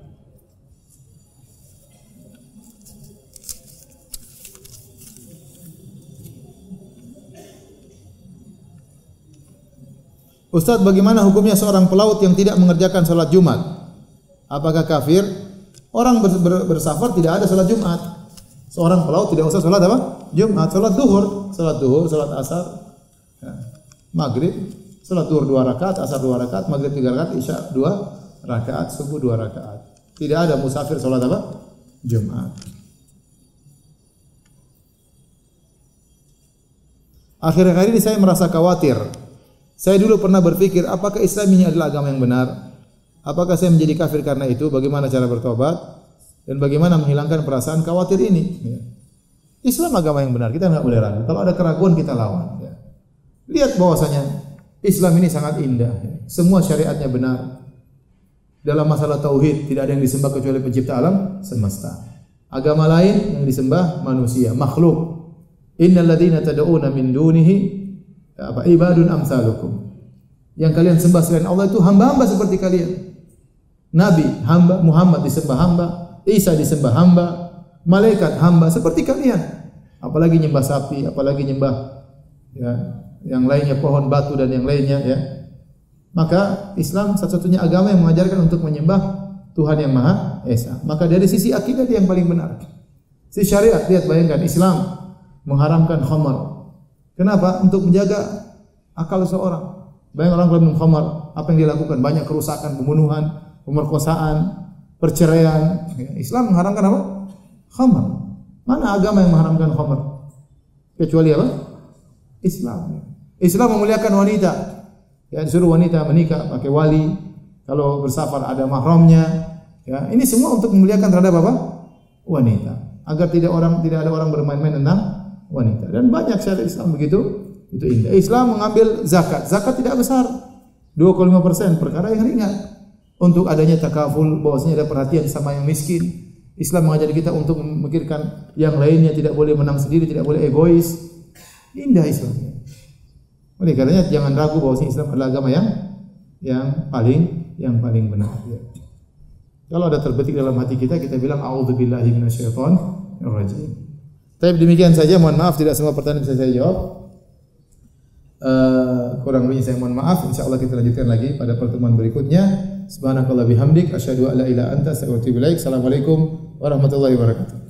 Ustaz, bagaimana hukumnya seorang pelaut yang tidak mengerjakan salat Jumat? Apakah kafir? Orang ber, ber, bersafar tidak ada salat Jumat. Seorang pelaut tidak usah salat apa? Jumat, salat zuhur, salat zuhur, salat asar, ya. Maghrib, salat zuhur dua rakaat, asar dua rakaat, maghrib tiga rakaat, isya dua rakaat, subuh dua rakaat. Tidak ada musafir salat apa? Jumat. Akhir-akhir ini saya merasa khawatir. Saya dulu pernah berpikir, apakah Islam ini adalah agama yang benar? Apakah saya menjadi kafir karena itu? Bagaimana cara bertobat? Dan bagaimana menghilangkan perasaan khawatir ini? Ya. Islam agama yang benar, kita enggak boleh ragu. Kalau ada keraguan kita lawan. Ya. Lihat bahwasanya Islam ini sangat indah. Ya. Semua syariatnya benar. Dalam masalah tauhid tidak ada yang disembah kecuali pencipta alam semesta. Agama lain yang disembah manusia, makhluk. Innal ladzina tad'una min dunihi apa ibadun amsalukum. Yang kalian sembah selain Allah itu hamba-hamba seperti kalian. Nabi hamba, Muhammad disembah hamba, Isa disembah hamba, malaikat hamba seperti kalian. Apalagi nyembah sapi, apalagi nyembah ya, yang lainnya pohon, batu dan yang lainnya ya. Maka Islam satu-satunya agama yang mengajarkan untuk menyembah Tuhan yang Maha Esa. Maka dari sisi akidah dia yang paling benar. Sisi syariat, lihat bayangkan Islam mengharamkan khamar. Kenapa? Untuk menjaga akal seseorang. Banyak orang kalau minum khamar, apa yang dia lakukan? Banyak kerusakan, pembunuhan, pemerkosaan, perceraian. Islam mengharamkan apa? Khamar. Mana agama yang mengharamkan khamar? Kecuali apa? Islam. Islam memuliakan wanita. Ya, disuruh wanita menikah pakai wali. Kalau bersafar ada mahramnya. Ya, ini semua untuk memuliakan terhadap apa? Wanita. Agar tidak orang tidak ada orang bermain-main tentang wanita. Dan banyak syariat Islam begitu, itu indah. Islam mengambil zakat. Zakat tidak besar, dua koma lima persen, perkara yang ringan. untuk adanya takaful, bahwasanya ada perhatian sama yang miskin. Islam mengajari kita untuk memikirkan yang lainnya, tidak boleh menang sendiri, tidak boleh egois. Indah Islam. Oleh karenanya jangan ragu bahwasanya Islam adalah agama yang yang paling yang paling benar. Ya. Kalau ada terbetik dalam hati kita, kita bilang a'udzubillahi minasyaitonir rajim. Tapi demikian saja, mohon maaf tidak semua pertanyaan bisa saya jawab. Uh, kurang lebihnya saya mohon maaf. Insyaallah kita lanjutkan lagi pada pertemuan berikutnya. Subhanakallah bihamdik asyhadu an la ilaha illa anta astaghfiruka wa atubu ilaik. Assalamualaikum warahmatullahi wabarakatuh.